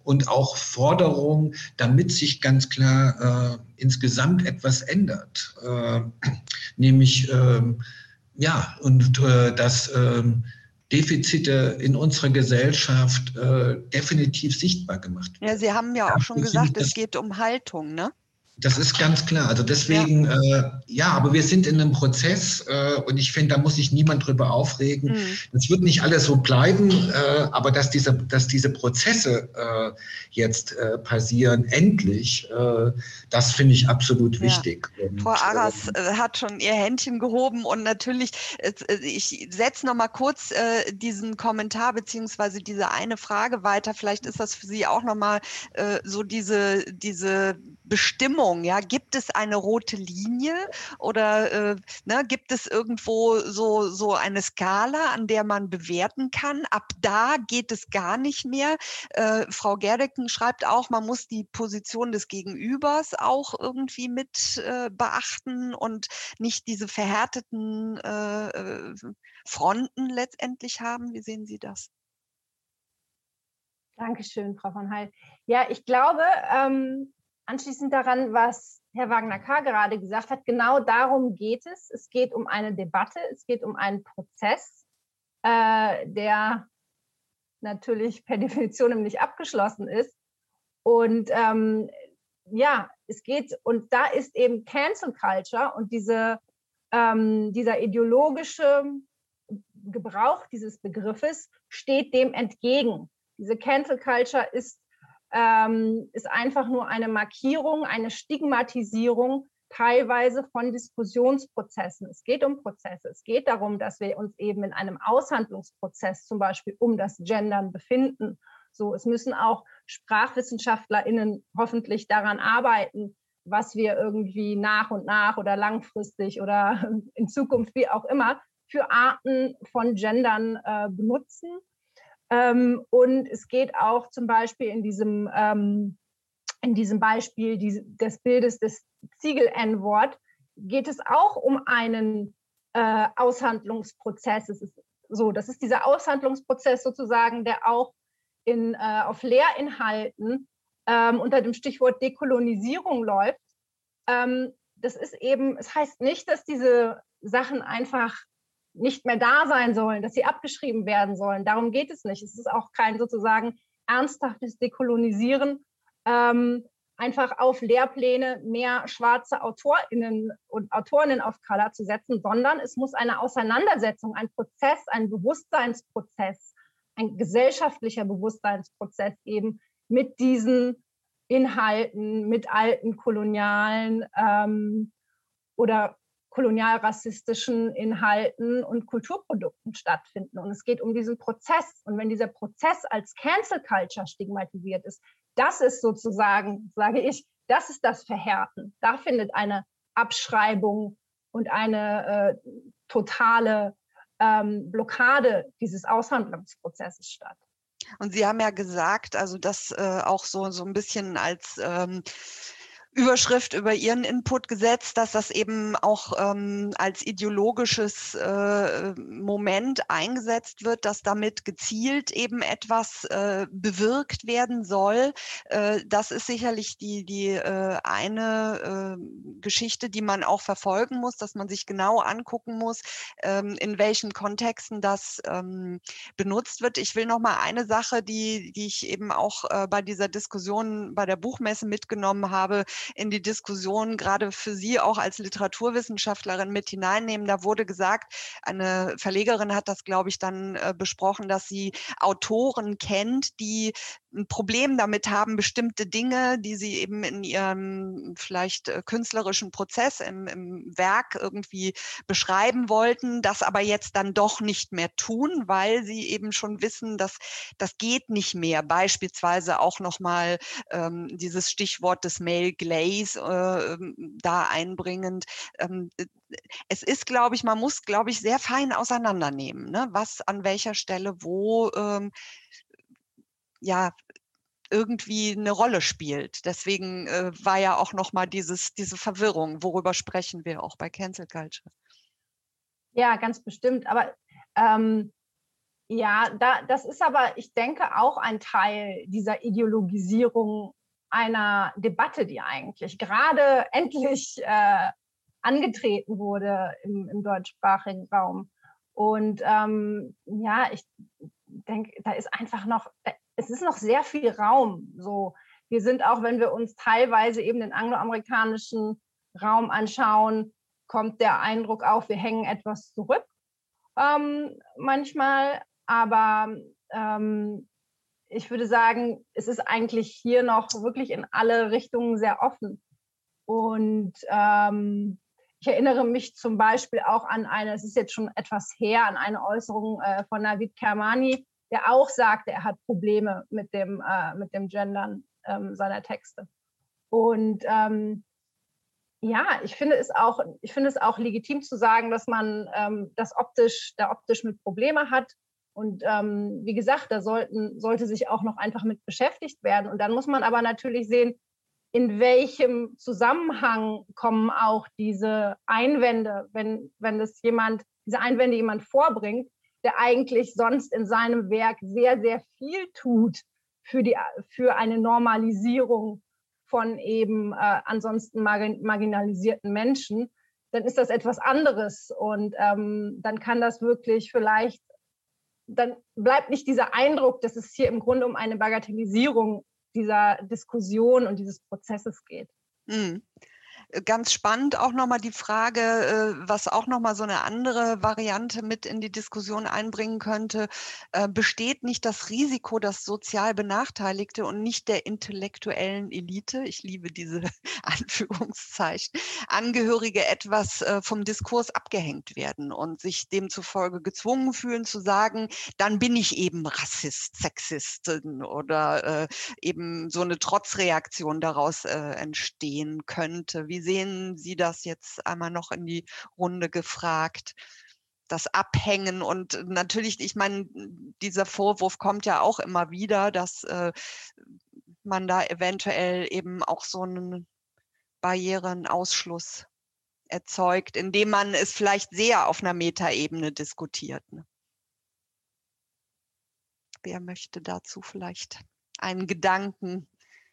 und auch Forderungen, damit sich ganz klar äh, insgesamt etwas ändert. Äh, nämlich, äh, ja, und äh, dass äh, Defizite in unserer Gesellschaft äh, definitiv sichtbar gemacht werden. Ja, Sie haben ja auch schon gesagt, es das, geht um Haltung, ne? Das ist ganz klar. Also deswegen, ja, äh, ja aber wir sind in einem Prozess äh, und ich finde, da muss sich niemand drüber aufregen. Es mhm. wird nicht alles so bleiben, äh, aber dass diese, dass diese Prozesse äh, jetzt äh, passieren, endlich, äh, das finde ich absolut wichtig. Ja. Und, Frau Aras äh, hat schon ihr Händchen gehoben und natürlich, äh, ich setze noch mal kurz äh, diesen Kommentar beziehungsweise diese eine Frage weiter. Vielleicht ist das für Sie auch noch mal äh, so diese, diese Bestimmung. Ja, gibt es eine rote Linie oder äh, ne, gibt es irgendwo so, so eine Skala, an der man bewerten kann? Ab da geht es gar nicht mehr. Äh, Frau Gerdeken schreibt auch, man muss die Position des Gegenübers auch irgendwie mit äh, beachten und nicht diese verhärteten äh, Fronten letztendlich haben. Wie sehen Sie das? Dankeschön, Frau von Heil. Ja, ich glaube, ähm anschließend daran, was Herr Wagner-Karr gerade gesagt hat, genau darum geht es. Es geht um eine Debatte, es geht um einen Prozess, äh, der natürlich per Definition nicht abgeschlossen ist. Und ähm, ja, es geht, und da ist eben Cancel Culture und diese, ähm, dieser ideologische Gebrauch dieses Begriffes steht dem entgegen. Diese Cancel Culture ist Ähm, ist einfach nur eine Markierung, eine Stigmatisierung teilweise von Diskussionsprozessen. Es geht um Prozesse. Es geht darum, dass wir uns eben in einem Aushandlungsprozess zum Beispiel um das Gendern befinden. So, es müssen auch SprachwissenschaftlerInnen hoffentlich daran arbeiten, was wir irgendwie nach und nach oder langfristig oder in Zukunft, wie auch immer, für Arten von Gendern äh, benutzen. Ähm, und es geht auch zum Beispiel in diesem, ähm, in diesem Beispiel die, des Bildes des Ziegel-N-Wort, geht es auch um einen äh, Aushandlungsprozess. Es ist so, das ist dieser Aushandlungsprozess sozusagen, der auch in, äh, auf Lehrinhalten ähm, unter dem Stichwort Dekolonisierung läuft. Ähm, das ist eben, es heißt nicht, dass diese Sachen einfach nicht mehr da sein sollen, dass sie abgeschrieben werden sollen. Darum geht es nicht. Es ist auch kein sozusagen ernsthaftes Dekolonisieren, ähm, einfach auf Lehrpläne mehr schwarze AutorInnen und Autorinnen of Color zu setzen, sondern es muss eine Auseinandersetzung, ein Prozess, ein Bewusstseinsprozess, ein gesellschaftlicher Bewusstseinsprozess eben mit diesen Inhalten, mit alten kolonialen ähm, oder kolonialrassistischen Inhalten und Kulturprodukten stattfinden. Und es geht um diesen Prozess. Und wenn dieser Prozess als Cancel Culture stigmatisiert ist, das ist sozusagen, sage ich, das ist das Verhärten. Da findet eine Abschreibung und eine äh, totale ähm, Blockade dieses Aushandlungsprozesses statt. Und Sie haben ja gesagt, also das äh, auch so, so ein bisschen als ähm, Überschrift über Ihren Input gesetzt, dass das eben auch ähm, als ideologisches äh, Moment eingesetzt wird, dass damit gezielt eben etwas äh, bewirkt werden soll. Äh, das ist sicherlich die, die äh, eine äh, Geschichte, die man auch verfolgen muss, dass man sich genau angucken muss, ähm, in welchen Kontexten das ähm, benutzt wird. Ich will noch mal eine Sache, die, die ich eben auch äh, bei dieser Diskussion bei der Buchmesse mitgenommen habe, in die Diskussion gerade für Sie auch als Literaturwissenschaftlerin mit hineinnehmen. Da wurde gesagt, eine Verlegerin hat das, glaube ich, dann äh, besprochen, dass sie Autoren kennt, die ein Problem damit haben, bestimmte Dinge, die sie eben in ihrem vielleicht äh, künstlerischen Prozess im, im Werk irgendwie beschreiben wollten, das aber jetzt dann doch nicht mehr tun, weil sie eben schon wissen, dass das geht nicht mehr. Beispielsweise auch nochmal ähm, dieses Stichwort des Male Glaze äh, da einbringend. Ähm, es ist, glaube ich, man muss, glaube ich, sehr fein auseinandernehmen, ne? Was an welcher Stelle wo ähm, ja irgendwie eine Rolle spielt. Deswegen äh, war ja auch nochmal dieses diese Verwirrung, worüber sprechen wir auch bei Cancel Culture. Ja, ganz bestimmt. Aber ähm, Ja, da, das ist aber, ich denke, auch ein Teil dieser Ideologisierung einer Debatte, die eigentlich gerade endlich äh, angetreten wurde im, im deutschsprachigen Raum. Und ähm, ja, ich denke, da ist einfach noch, es ist noch sehr viel Raum. So, wir sind auch, wenn wir uns teilweise eben den angloamerikanischen Raum anschauen, kommt der Eindruck auf, wir hängen etwas zurück ähm, manchmal. Aber ähm, ich würde sagen, es ist eigentlich hier noch wirklich in alle Richtungen sehr offen. Und ähm, ich erinnere mich zum Beispiel auch an eine, es ist jetzt schon etwas her, an eine Äußerung äh, von Navid Kermani, der auch sagte, er hat Probleme mit dem, äh, mit dem Gendern ähm, seiner Texte. Und ähm, ja, ich finde es auch, ich finde es auch legitim zu sagen, dass man ähm, das optisch, da optisch mit Probleme hat. Und ähm, wie gesagt, da sollten, sollte sich auch noch einfach mit beschäftigt werden. Und dann muss man aber natürlich sehen, in welchem Zusammenhang kommen auch diese Einwände, wenn, wenn das jemand, diese Einwände jemand vorbringt, der eigentlich sonst in seinem Werk sehr, sehr viel tut für, die, für eine Normalisierung von eben äh, ansonsten margin marginalisierten Menschen, dann ist das etwas anderes. Und ähm, dann kann das wirklich vielleicht, dann bleibt nicht dieser Eindruck, dass es hier im Grunde um eine Bagatellisierung dieser Diskussion und dieses Prozesses geht. Mhm. Ganz spannend auch nochmal die Frage, was auch nochmal so eine andere Variante mit in die Diskussion einbringen könnte. Besteht nicht das Risiko, dass sozial Benachteiligte und nicht der intellektuellen Elite, ich liebe diese Anführungszeichen, Angehörige etwas vom Diskurs abgehängt werden und sich demzufolge gezwungen fühlen zu sagen, dann bin ich eben Rassist, Sexistin oder eben so eine Trotzreaktion daraus entstehen könnte? Wie Wie sehen Sie das jetzt einmal noch in die Runde gefragt? Das Abhängen und natürlich, ich meine, dieser Vorwurf kommt ja auch immer wieder, dass äh, man da eventuell eben auch so einen Barrierenausschluss erzeugt, indem man es vielleicht sehr auf einer Metaebene diskutiert. Ne? Wer möchte dazu vielleicht einen Gedanken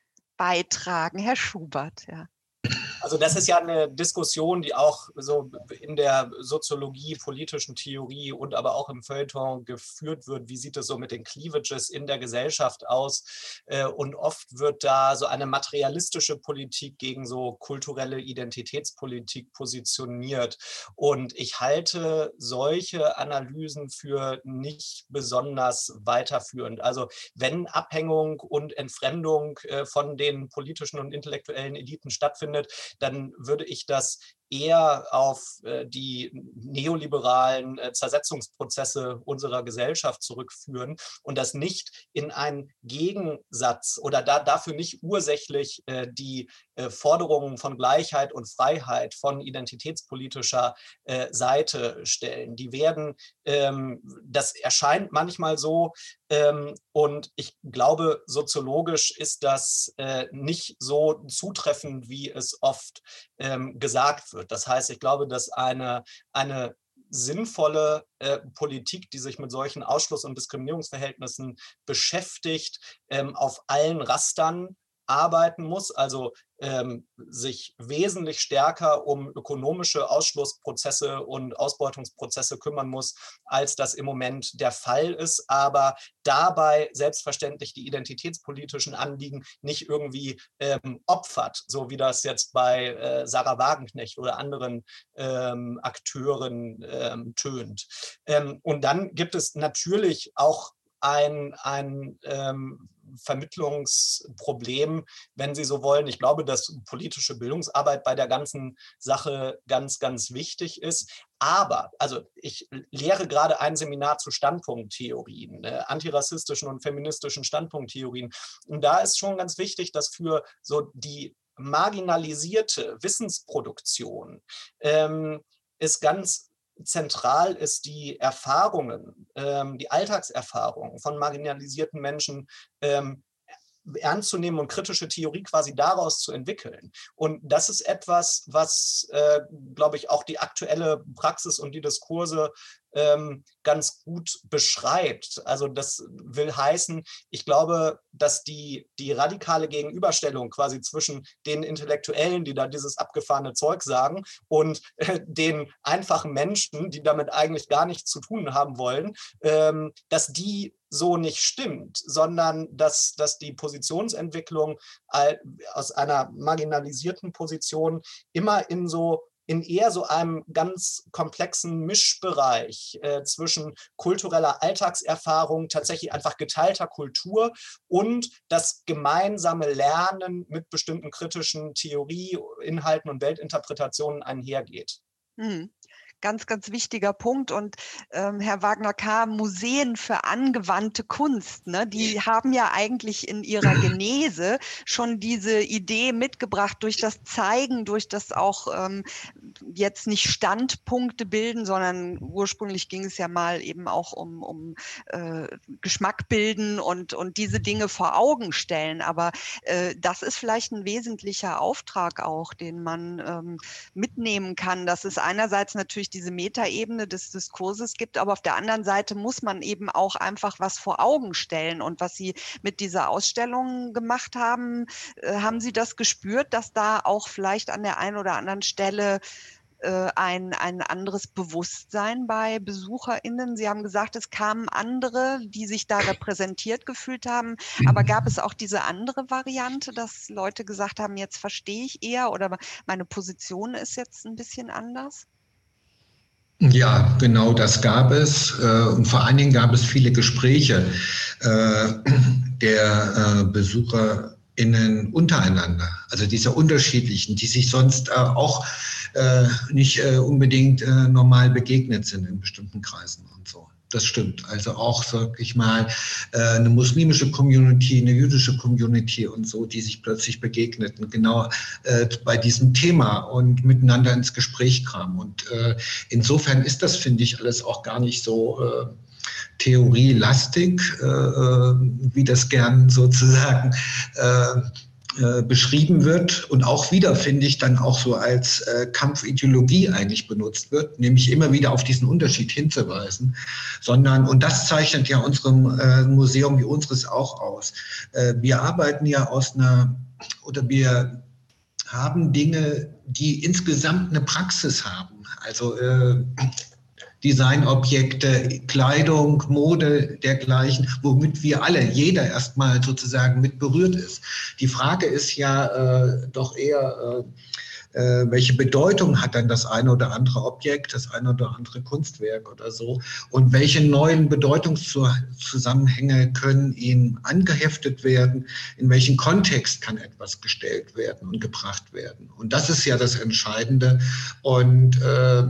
beitragen? Herr Schubert, ja. Also das ist ja eine Diskussion, die auch so in der Soziologie, politischen Theorie und aber auch im Feuilleton geführt wird. Wie sieht es so mit den Cleavages in der Gesellschaft aus? Und oft wird da so eine materialistische Politik gegen so kulturelle Identitätspolitik positioniert. Und ich halte solche Analysen für nicht besonders weiterführend. Also wenn Abhängung und Entfremdung von den politischen und intellektuellen Eliten stattfindet, dann würde ich das eher auf äh, die neoliberalen äh, Zersetzungsprozesse unserer Gesellschaft zurückführen und das nicht in einen Gegensatz oder da, dafür nicht ursächlich äh, die äh, Forderungen von Gleichheit und Freiheit von identitätspolitischer äh, Seite stellen. Die werden, ähm, das erscheint manchmal so, ähm, und ich glaube, soziologisch ist das äh, nicht so zutreffend, wie es oft ähm, gesagt wird. Das heißt, ich glaube, dass eine, eine sinnvolle äh, Politik, die sich mit solchen Ausschluss- und Diskriminierungsverhältnissen beschäftigt, ähm, auf allen Rastern arbeiten muss, also ähm, sich wesentlich stärker um ökonomische Ausschlussprozesse und Ausbeutungsprozesse kümmern muss, als das im Moment der Fall ist, aber dabei selbstverständlich die identitätspolitischen Anliegen nicht irgendwie ähm, opfert, so wie das jetzt bei äh, Sarah Wagenknecht oder anderen ähm, Akteuren ähm, tönt. Ähm, und dann gibt es natürlich auch ein, ein ähm, Vermittlungsproblem, wenn Sie so wollen. Ich glaube, dass politische Bildungsarbeit bei der ganzen Sache ganz, ganz wichtig ist. Aber, also ich lehre gerade ein Seminar zu Standpunkttheorien, äh, antirassistischen und feministischen Standpunkttheorien. Und da ist schon ganz wichtig, dass für so die marginalisierte Wissensproduktion ähm, ist ganz zentral ist, die Erfahrungen, ähm, die Alltagserfahrungen von marginalisierten Menschen ähm, ernst zu nehmen und kritische Theorie quasi daraus zu entwickeln. Und das ist etwas, was, äh, glaube ich, auch die aktuelle Praxis und die Diskurse ähm, ganz gut beschreibt. Also das will heißen, ich glaube, dass die, die radikale Gegenüberstellung quasi zwischen den Intellektuellen, die da dieses abgefahrene Zeug sagen, und äh, den einfachen Menschen, die damit eigentlich gar nichts zu tun haben wollen, ähm, dass die so nicht stimmt, sondern dass, dass die Positionsentwicklung aus einer marginalisierten Position immer in so in eher so einem ganz komplexen Mischbereich äh, zwischen kultureller Alltagserfahrung, tatsächlich einfach geteilter Kultur und das gemeinsame Lernen mit bestimmten kritischen Theorieinhalten und Weltinterpretationen einhergeht. Hm. Ganz, ganz wichtiger Punkt. Und ähm, Herr Wagner-Kahr, Museen für angewandte Kunst, ne, die haben ja eigentlich in ihrer Genese schon diese Idee mitgebracht, durch das Zeigen, durch das auch ähm, jetzt nicht Standpunkte bilden, sondern ursprünglich ging es ja mal eben auch um, um äh, Geschmack bilden und, und diese Dinge vor Augen stellen. Aber äh, das ist vielleicht ein wesentlicher Auftrag auch, den man ähm, mitnehmen kann. Das ist einerseits natürlich diese Metaebene des Diskurses gibt, aber auf der anderen Seite muss man eben auch einfach was vor Augen stellen. Und was Sie mit dieser Ausstellung gemacht haben, äh, haben Sie das gespürt, dass da auch vielleicht an der einen oder anderen Stelle äh, ein, ein anderes Bewusstsein bei BesucherInnen? Sie haben gesagt, es kamen andere, die sich da repräsentiert gefühlt haben, aber gab es auch diese andere Variante, dass Leute gesagt haben, jetzt verstehe ich eher oder meine Position ist jetzt ein bisschen anders? Ja, genau das gab es. Und vor allen Dingen gab es viele Gespräche der BesucherInnen untereinander, also dieser unterschiedlichen, die sich sonst auch nicht unbedingt normal begegnet sind in bestimmten Kreisen und so. Das stimmt. Also auch, sag ich mal, eine muslimische Community, eine jüdische Community und so, die sich plötzlich begegneten, genau äh, bei diesem Thema und miteinander ins Gespräch kamen. Und äh, insofern ist das, finde ich, alles auch gar nicht so äh, theorielastig, äh, wie das gern sozusagen äh, beschrieben wird und auch wieder, finde ich, dann auch so als äh, Kampfideologie eigentlich benutzt wird, nämlich immer wieder auf diesen Unterschied hinzuweisen, sondern, und das zeichnet ja unserem äh, Museum wie unseres auch aus. Äh, wir arbeiten ja aus einer, oder wir haben Dinge, die insgesamt eine Praxis haben, also äh, Designobjekte, Kleidung, Mode, dergleichen, womit wir alle, jeder erstmal sozusagen mit berührt ist. Die Frage ist ja äh, doch eher, äh, welche Bedeutung hat dann das eine oder andere Objekt, das eine oder andere Kunstwerk oder so und welche neuen Bedeutungszusammenhänge können ihnen angeheftet werden, in welchen Kontext kann etwas gestellt werden und gebracht werden. Und das ist ja das Entscheidende und äh,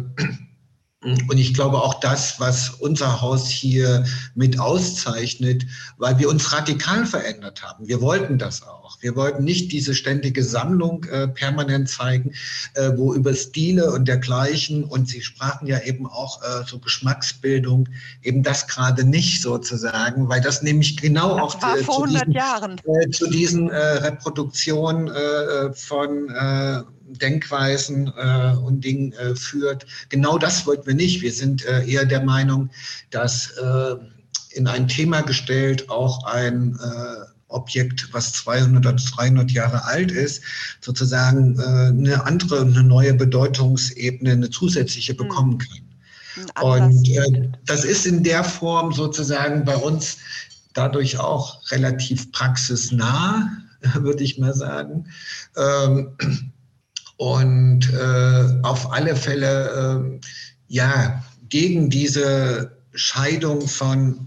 Und ich glaube auch das, was unser Haus hier mit auszeichnet, weil wir uns radikal verändert haben. Wir wollten das auch. Wir wollten nicht diese ständige Sammlung äh, permanent zeigen, äh, wo über Stile und dergleichen, und Sie sprachen ja eben auch äh, so Geschmacksbildung, eben das gerade nicht sozusagen, weil das nämlich genau das auch war äh, vor zu hundert diesen, Jahren. Äh, zu diesen äh, Reproduktionen äh, von äh, Denkweisen äh, und Dingen äh, führt. Genau das wollten wir nicht. Wir sind äh, eher der Meinung, dass äh, in ein Thema gestellt auch ein äh, Objekt, was zweihundert oder dreihundert Jahre alt ist, sozusagen äh, eine andere, eine neue Bedeutungsebene, eine zusätzliche bekommen kann. Und äh, das ist in der Form sozusagen bei uns dadurch auch relativ praxisnah, würde ich mal sagen. Ähm, Und äh, auf alle Fälle, äh, ja, gegen diese Scheidung von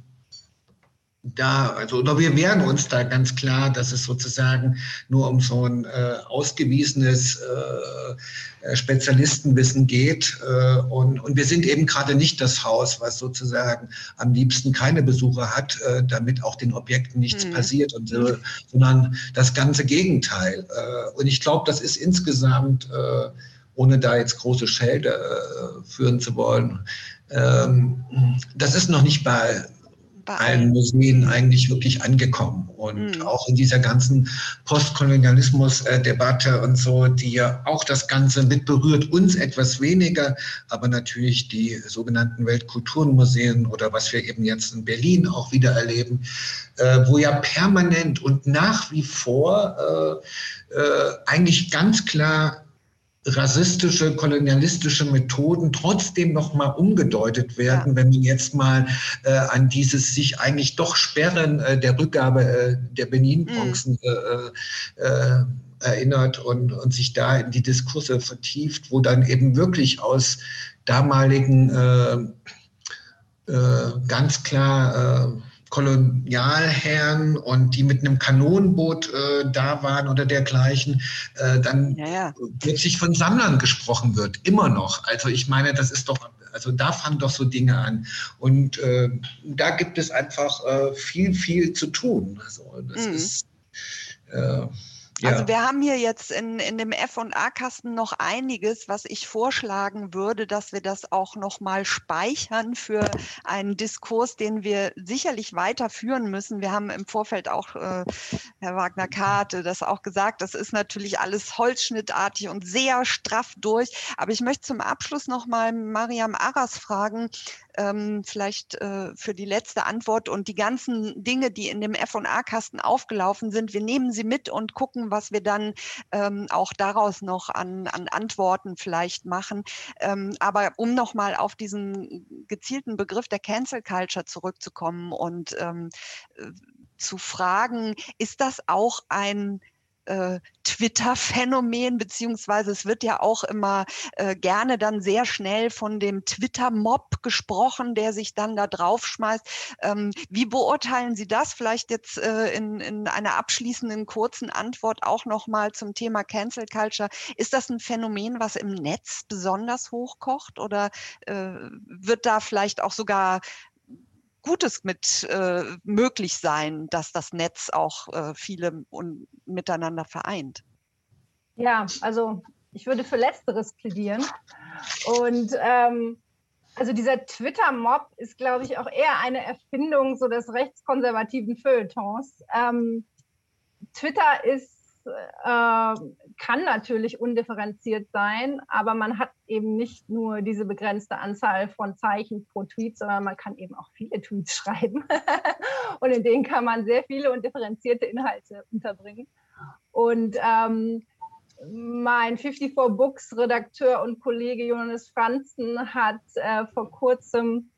da, also oder wir wehren uns da ganz klar, dass es sozusagen nur um so ein äh, ausgewiesenes äh, Spezialistenwissen geht. Äh, und, und wir sind eben gerade nicht das Haus, was sozusagen am liebsten keine Besucher hat, äh, damit auch den Objekten nichts mhm. passiert, und, äh, sondern das ganze Gegenteil. Äh, und ich glaube, das ist insgesamt, äh, ohne da jetzt große Schelte äh, führen zu wollen, äh, das ist noch nicht bei bei allen Museen eigentlich wirklich angekommen. Und Mhm. auch in dieser ganzen Postkolonialismus-Debatte und so, die ja auch das Ganze mit berührt, uns etwas weniger, aber natürlich die sogenannten Weltkulturmuseen oder was wir eben jetzt in Berlin auch wieder erleben, äh, wo ja permanent und nach wie vor äh, äh, eigentlich ganz klar rassistische, kolonialistische Methoden trotzdem nochmal umgedeutet werden, ja. Wenn man jetzt mal äh, an dieses sich eigentlich doch Sperren äh, der Rückgabe äh, der Benin-Bronzen mm. äh, äh, erinnert und, und sich da in die Diskurse vertieft, wo dann eben wirklich aus damaligen äh, äh, ganz klar äh, Kolonialherren und die mit einem Kanonenboot äh, da waren oder dergleichen, äh, dann ja, ja. plötzlich von Sammlern gesprochen wird, immer noch. Also ich meine, das ist doch, also da fangen doch so Dinge an. Und äh, da gibt es einfach äh, viel, viel zu tun. Also das mhm. ist äh, Ja. Also wir haben hier jetzt in, in dem F und A-Kasten noch einiges, was ich vorschlagen würde, dass wir das auch noch mal speichern für einen Diskurs, den wir sicherlich weiterführen müssen. Wir haben im Vorfeld auch, äh, Herr Wagner-Karte, das auch gesagt, das ist natürlich alles holzschnittartig und sehr straff durch. Aber ich möchte zum Abschluss noch mal Mariam Aras fragen, ähm, vielleicht äh, für die letzte Antwort und die ganzen Dinge, die in dem F und A-Kasten aufgelaufen sind. Wir nehmen sie mit und gucken, was wir dann ähm, auch daraus noch an, an Antworten vielleicht machen. Ähm, aber um nochmal auf diesen gezielten Begriff der Cancel Culture zurückzukommen und ähm, äh, zu fragen, ist das auch ein äh, Twitter-Phänomen, beziehungsweise es wird ja auch immer äh, gerne dann sehr schnell von dem Twitter-Mob gesprochen, der sich dann da drauf schmeißt. Ähm, wie beurteilen Sie das? Vielleicht jetzt äh, in, in einer abschließenden kurzen Antwort auch nochmal zum Thema Cancel Culture. Ist das ein Phänomen, was im Netz besonders hochkocht oder äh, wird da vielleicht auch sogar Gutes mit äh, möglich sein, dass das Netz auch äh, viele un miteinander vereint? Ja, also ich würde für Letzteres plädieren. Und ähm, also dieser Twitter-Mob ist, glaube ich, auch eher eine Erfindung so des rechtskonservativen Feuilletons. Ähm, Twitter ist Äh, kann natürlich undifferenziert sein, aber man hat eben nicht nur diese begrenzte Anzahl von Zeichen pro Tweet, sondern man kann eben auch viele Tweets schreiben und in denen kann man sehr viele und differenzierte Inhalte unterbringen. Und ähm, mein fünfundfünfzig Books Redakteur und Kollege Johannes Franzen hat äh, vor kurzem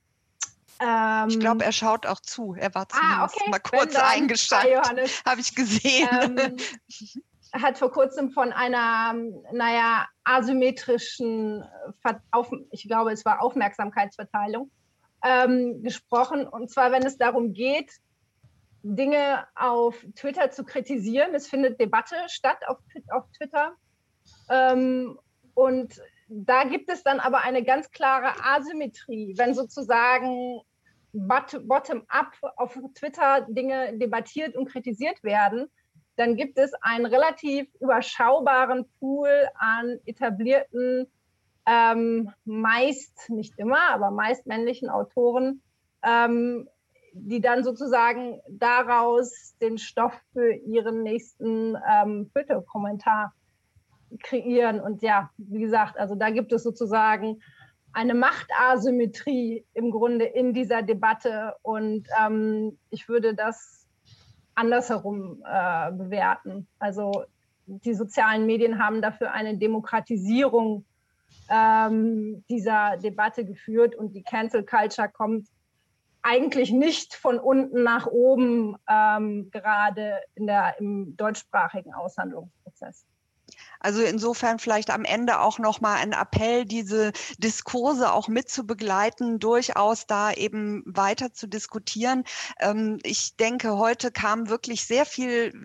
Ähm, ich glaube, er schaut auch zu. Er war zumindest ah, okay. mal kurz dann, eingeschaltet. Habe ich gesehen. Ähm, hat vor kurzem von einer, naja, asymmetrischen, Auf, ich glaube, es war Aufmerksamkeitsverteilung, ähm, gesprochen. Und zwar, wenn es darum geht, Dinge auf Twitter zu kritisieren. Es findet Debatte statt auf, auf Twitter. Ähm, und da gibt es dann aber eine ganz klare Asymmetrie, wenn sozusagen bottom-up auf Twitter Dinge debattiert und kritisiert werden, dann gibt es einen relativ überschaubaren Pool an etablierten, ähm, meist, nicht immer, aber meist männlichen Autoren, ähm, die dann sozusagen daraus den Stoff für ihren nächsten ähm, Twitter-Kommentar kreieren. Und ja, wie gesagt, also da gibt es sozusagen eine Machtasymmetrie im Grunde in dieser Debatte und ähm, ich würde das andersherum äh, bewerten. Also die sozialen Medien haben dafür eine Demokratisierung ähm, dieser Debatte geführt und die Cancel Culture kommt eigentlich nicht von unten nach oben, ähm, gerade in der, im deutschsprachigen Aushandlungsprozess. Also insofern vielleicht am Ende auch nochmal ein Appell, diese Diskurse auch mit zu begleiten, durchaus da eben weiter zu diskutieren. Ähm, ich denke, heute kam wirklich sehr viel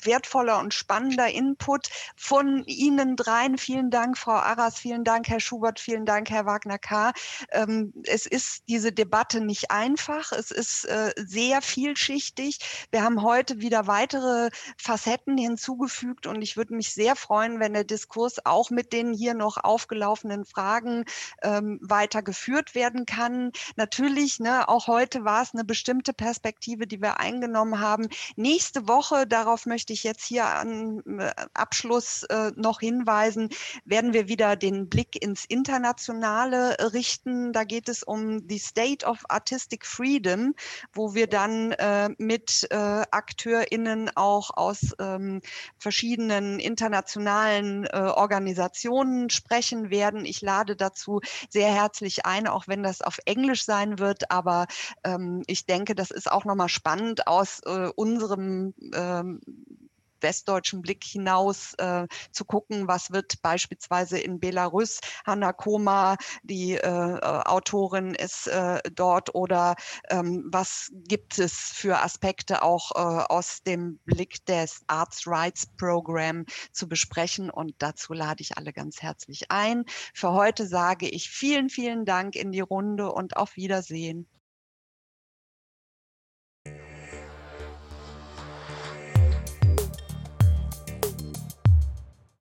wertvoller und spannender Input von Ihnen dreien. Vielen Dank, Frau Arras, vielen Dank, Herr Schubert, vielen Dank, Herr Wagner-Kahr. Ähm, es ist diese Debatte nicht einfach, es ist äh, sehr vielschichtig. Wir haben heute wieder weitere Facetten hinzugefügt und ich würde mich sehr freuen, wenn der Diskurs auch mit den hier noch aufgelaufenen Fragen ähm, weiter geführt werden kann. Natürlich, ne, auch heute war es eine bestimmte Perspektive, die wir eingenommen haben. Nächste Woche, darauf möchte ich jetzt hier am Abschluss äh, noch hinweisen, werden wir wieder den Blick ins Internationale richten. Da geht es um die State of Artistic Freedom, wo wir dann äh, mit äh, AkteurInnen auch aus ähm, verschiedenen internationalen äh, Organisationen sprechen werden. Ich lade dazu sehr herzlich ein, auch wenn das auf Englisch sein wird, aber ähm, ich denke, das ist auch nochmal spannend aus äh, unserem ähm, westdeutschen Blick hinaus äh, zu gucken, was wird beispielsweise in Belarus, Hanna Koma, die äh, Autorin ist äh, dort, oder ähm, was gibt es für Aspekte auch äh, aus dem Blick des Arts Rights Program zu besprechen, und dazu lade ich alle ganz herzlich ein. Für heute sage ich vielen, vielen Dank in die Runde und auf Wiedersehen.